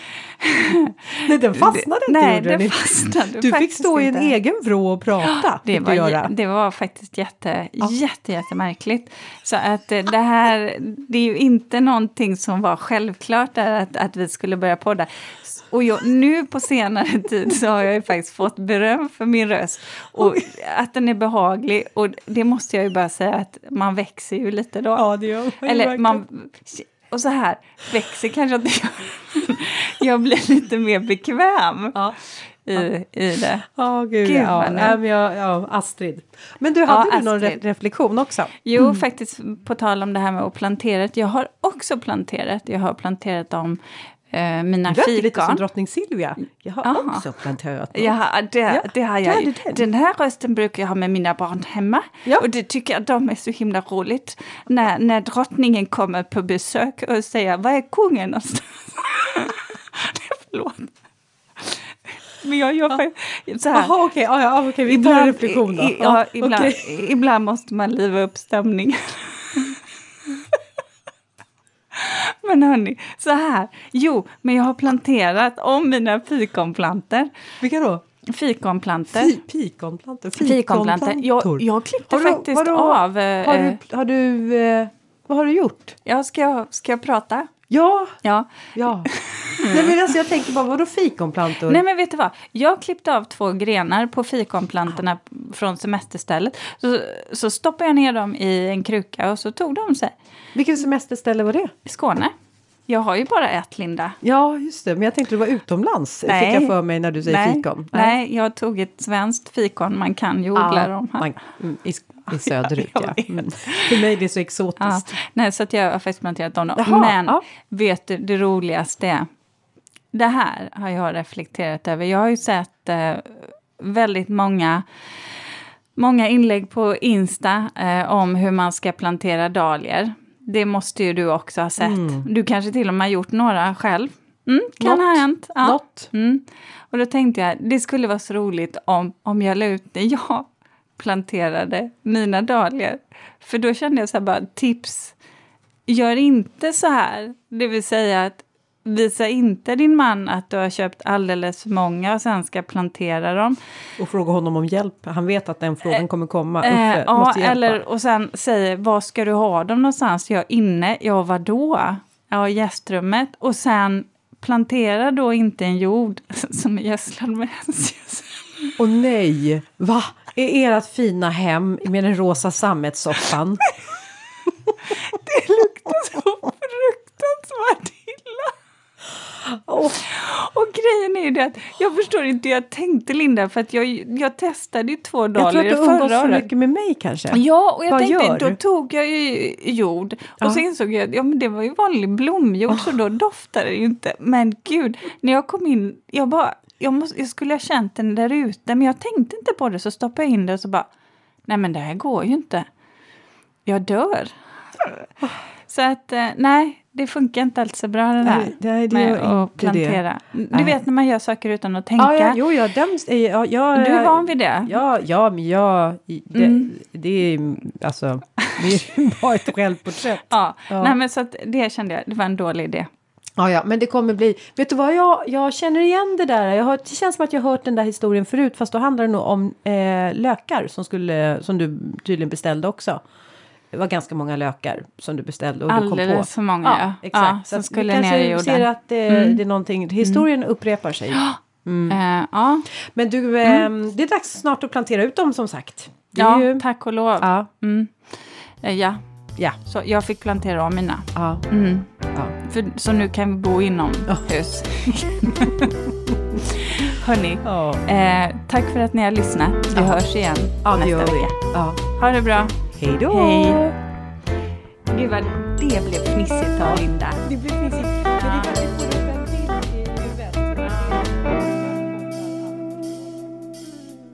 Nej, den fastnade inte. Nej, gjorde den den. fastnade Du fick faktiskt stå i en inte. egen vrå och prata. Det fick var, du göra. det var faktiskt jätte, jätte, jättemärkligt. Så att eh, det här, det är ju inte någonting som var självklart där, att, att vi skulle börja podda. Och jag, nu på senare tid så har jag ju faktiskt fått beröm för min röst. Och att den är behaglig. Och det måste jag ju bara säga att man växer ju lite då. Ja, det gör man. Eller man... Och så här, växer kanske inte jag. Jag blir lite mer bekväm ja. i, i det. Oh, gud, gud ja, ja. Men jag, ja, Astrid. Men du, hade ja, du Astrid. någon re- reflektion också? Jo, mm. faktiskt på tal om det här med att plantera. Jag har också planterat. Jag har planterat om eh, mina du fikon. Du lite som drottning Silvia. Jag har Aha. också planterat. Ja, det, ja, det har jag. Det det. Den här rösten brukar jag ha med mina barn hemma. Ja. Och det tycker jag de är så himla roligt. När, när drottningen kommer på besök och säger, vad är kungen någonstans? Förlåt. Men jag gör ja. så här. Jaha, okej. Okay. Ja, ja, okay. Vi tar ibland, en reflektion då. I, ja, ibland, okay. ibland måste man liva upp stämningen. Men hörni, så här. Jo, men jag har planterat om mina fikonplanter. Vilka då? Fikonplanter. Fi, fikonplanter? Fikonplanter. Jag, jag klippte har du, faktiskt har du, av... Har du... Har du eh, vad har du gjort? Ja, ska jag, ska jag prata? Ja. Ja. Ja. Nej, men alltså jag tänker bara, vadå fikonplantor? Nej, men vet du vad? Jag klippte av två grenar på fikonplantorna ah. från semesterstället. Så, så stoppade jag ner dem i en kruka och så tog de sig. Vilken semesterställe var det? I Skåne. Jag har ju bara ett, Linda. Ja, just det. Men jag tänkte det var utomlands. Nej. Fick jag för mig när du säger Nej. fikon. Nej. Nej, jag tog ett svenskt fikon. Man kan ju odla ah, dem här. Man, mm, i, I söderut, ja. Mm. För mig är det så exotiskt. Ja. Nej, så att jag har faktiskt planterat dem. Jaha, men ja. vet du, det roligaste är... Det här har jag reflekterat över. Jag har ju sett eh, väldigt många, många inlägg på Insta eh, om hur man ska plantera dahlior. Det måste ju du också ha sett. Mm. Du kanske till och med har gjort några själv. Mm, kan Något. ha hänt. Ja. Något. Mm. Och då tänkte jag, det skulle vara så roligt om, om jag la ut när jag planterade mina dahlior. För då kände jag så här bara, tips. Gör inte så här. Det vill säga att visa inte din man att du har köpt alldeles för många och sen ska plantera dem. Och fråga honom om hjälp. Han vet att den frågan kommer komma. Uffe, äh, ja, måste hjälpa. Eller, och sen säger, var ska du ha dem någonstans? Jag inne, ja vadå? Ja, gästrummet. Och sen plantera då inte en jord som är gödslad med hästgödsel. Åh nej, va? Är ert fina hem med den rosa sammetsoffan? Det luktar så fruktansvärt illa. Oh. Och grejen är ju det att jag förstår inte hur jag tänkte, Linda, för att jag, jag testade ju två dagar i förra året. Jag tror att du umgås för mycket med mig kanske. Ja, och jag Vad tänkte, gör? då tog jag ju jord och ja. så insåg jag att ja, men det var ju vanlig blomjord oh. så då doftade det ju inte. Men gud, när jag kom in, jag bara, jag, måste, jag skulle ha känt den där ute, men jag tänkte inte på det, så stoppade jag in det och så bara, nej men det här går ju inte. Jag dör. Oh. Så att, nej, det funkar inte alls så bra det där nej, nej, det med att plantera. Det. Du nej. vet när man gör saker utan att tänka. Ja, ja, jo, jag döms. Ja, ja, du är van vid det. Ja, ja men jag... Det, mm. det är alltså... Det är bara ett självporträtt. Ja, ja. Nej, men så att det kände jag, det var en dålig idé. Ja, ja, men det kommer bli... Vet du vad, jag, jag känner igen det där. Jag har, det känns som att jag har hört den där historien förut, fast då handlar det nog om eh, lökar som, skulle, som du tydligen beställde också. Det var ganska många lökar som du beställde och du kom på. Alldeles för många, ja. ja. Exakt. Ja, så skulle vi ner kanske i jorden. ser att det, mm. det är någonting... Historien mm. upprepar sig. Mm. Uh, ja. Men du, eh, mm. det är dags snart att plantera ut dem som sagt. Det ja, är ju... tack och lov. Ja. Mm. Uh, ja. Ja. Så jag fick plantera om mina. Ja. Mm. Ja. För, så nu kan vi bo inom ja. hus. Hörni, ja. eh, tack för att ni har lyssnat. Vi ja. hörs igen ja, nästa vecka. Ja. Ha det bra. Hej då. Hej. Gud vad det blev fnissigt av Linda. Det blev fnissigt.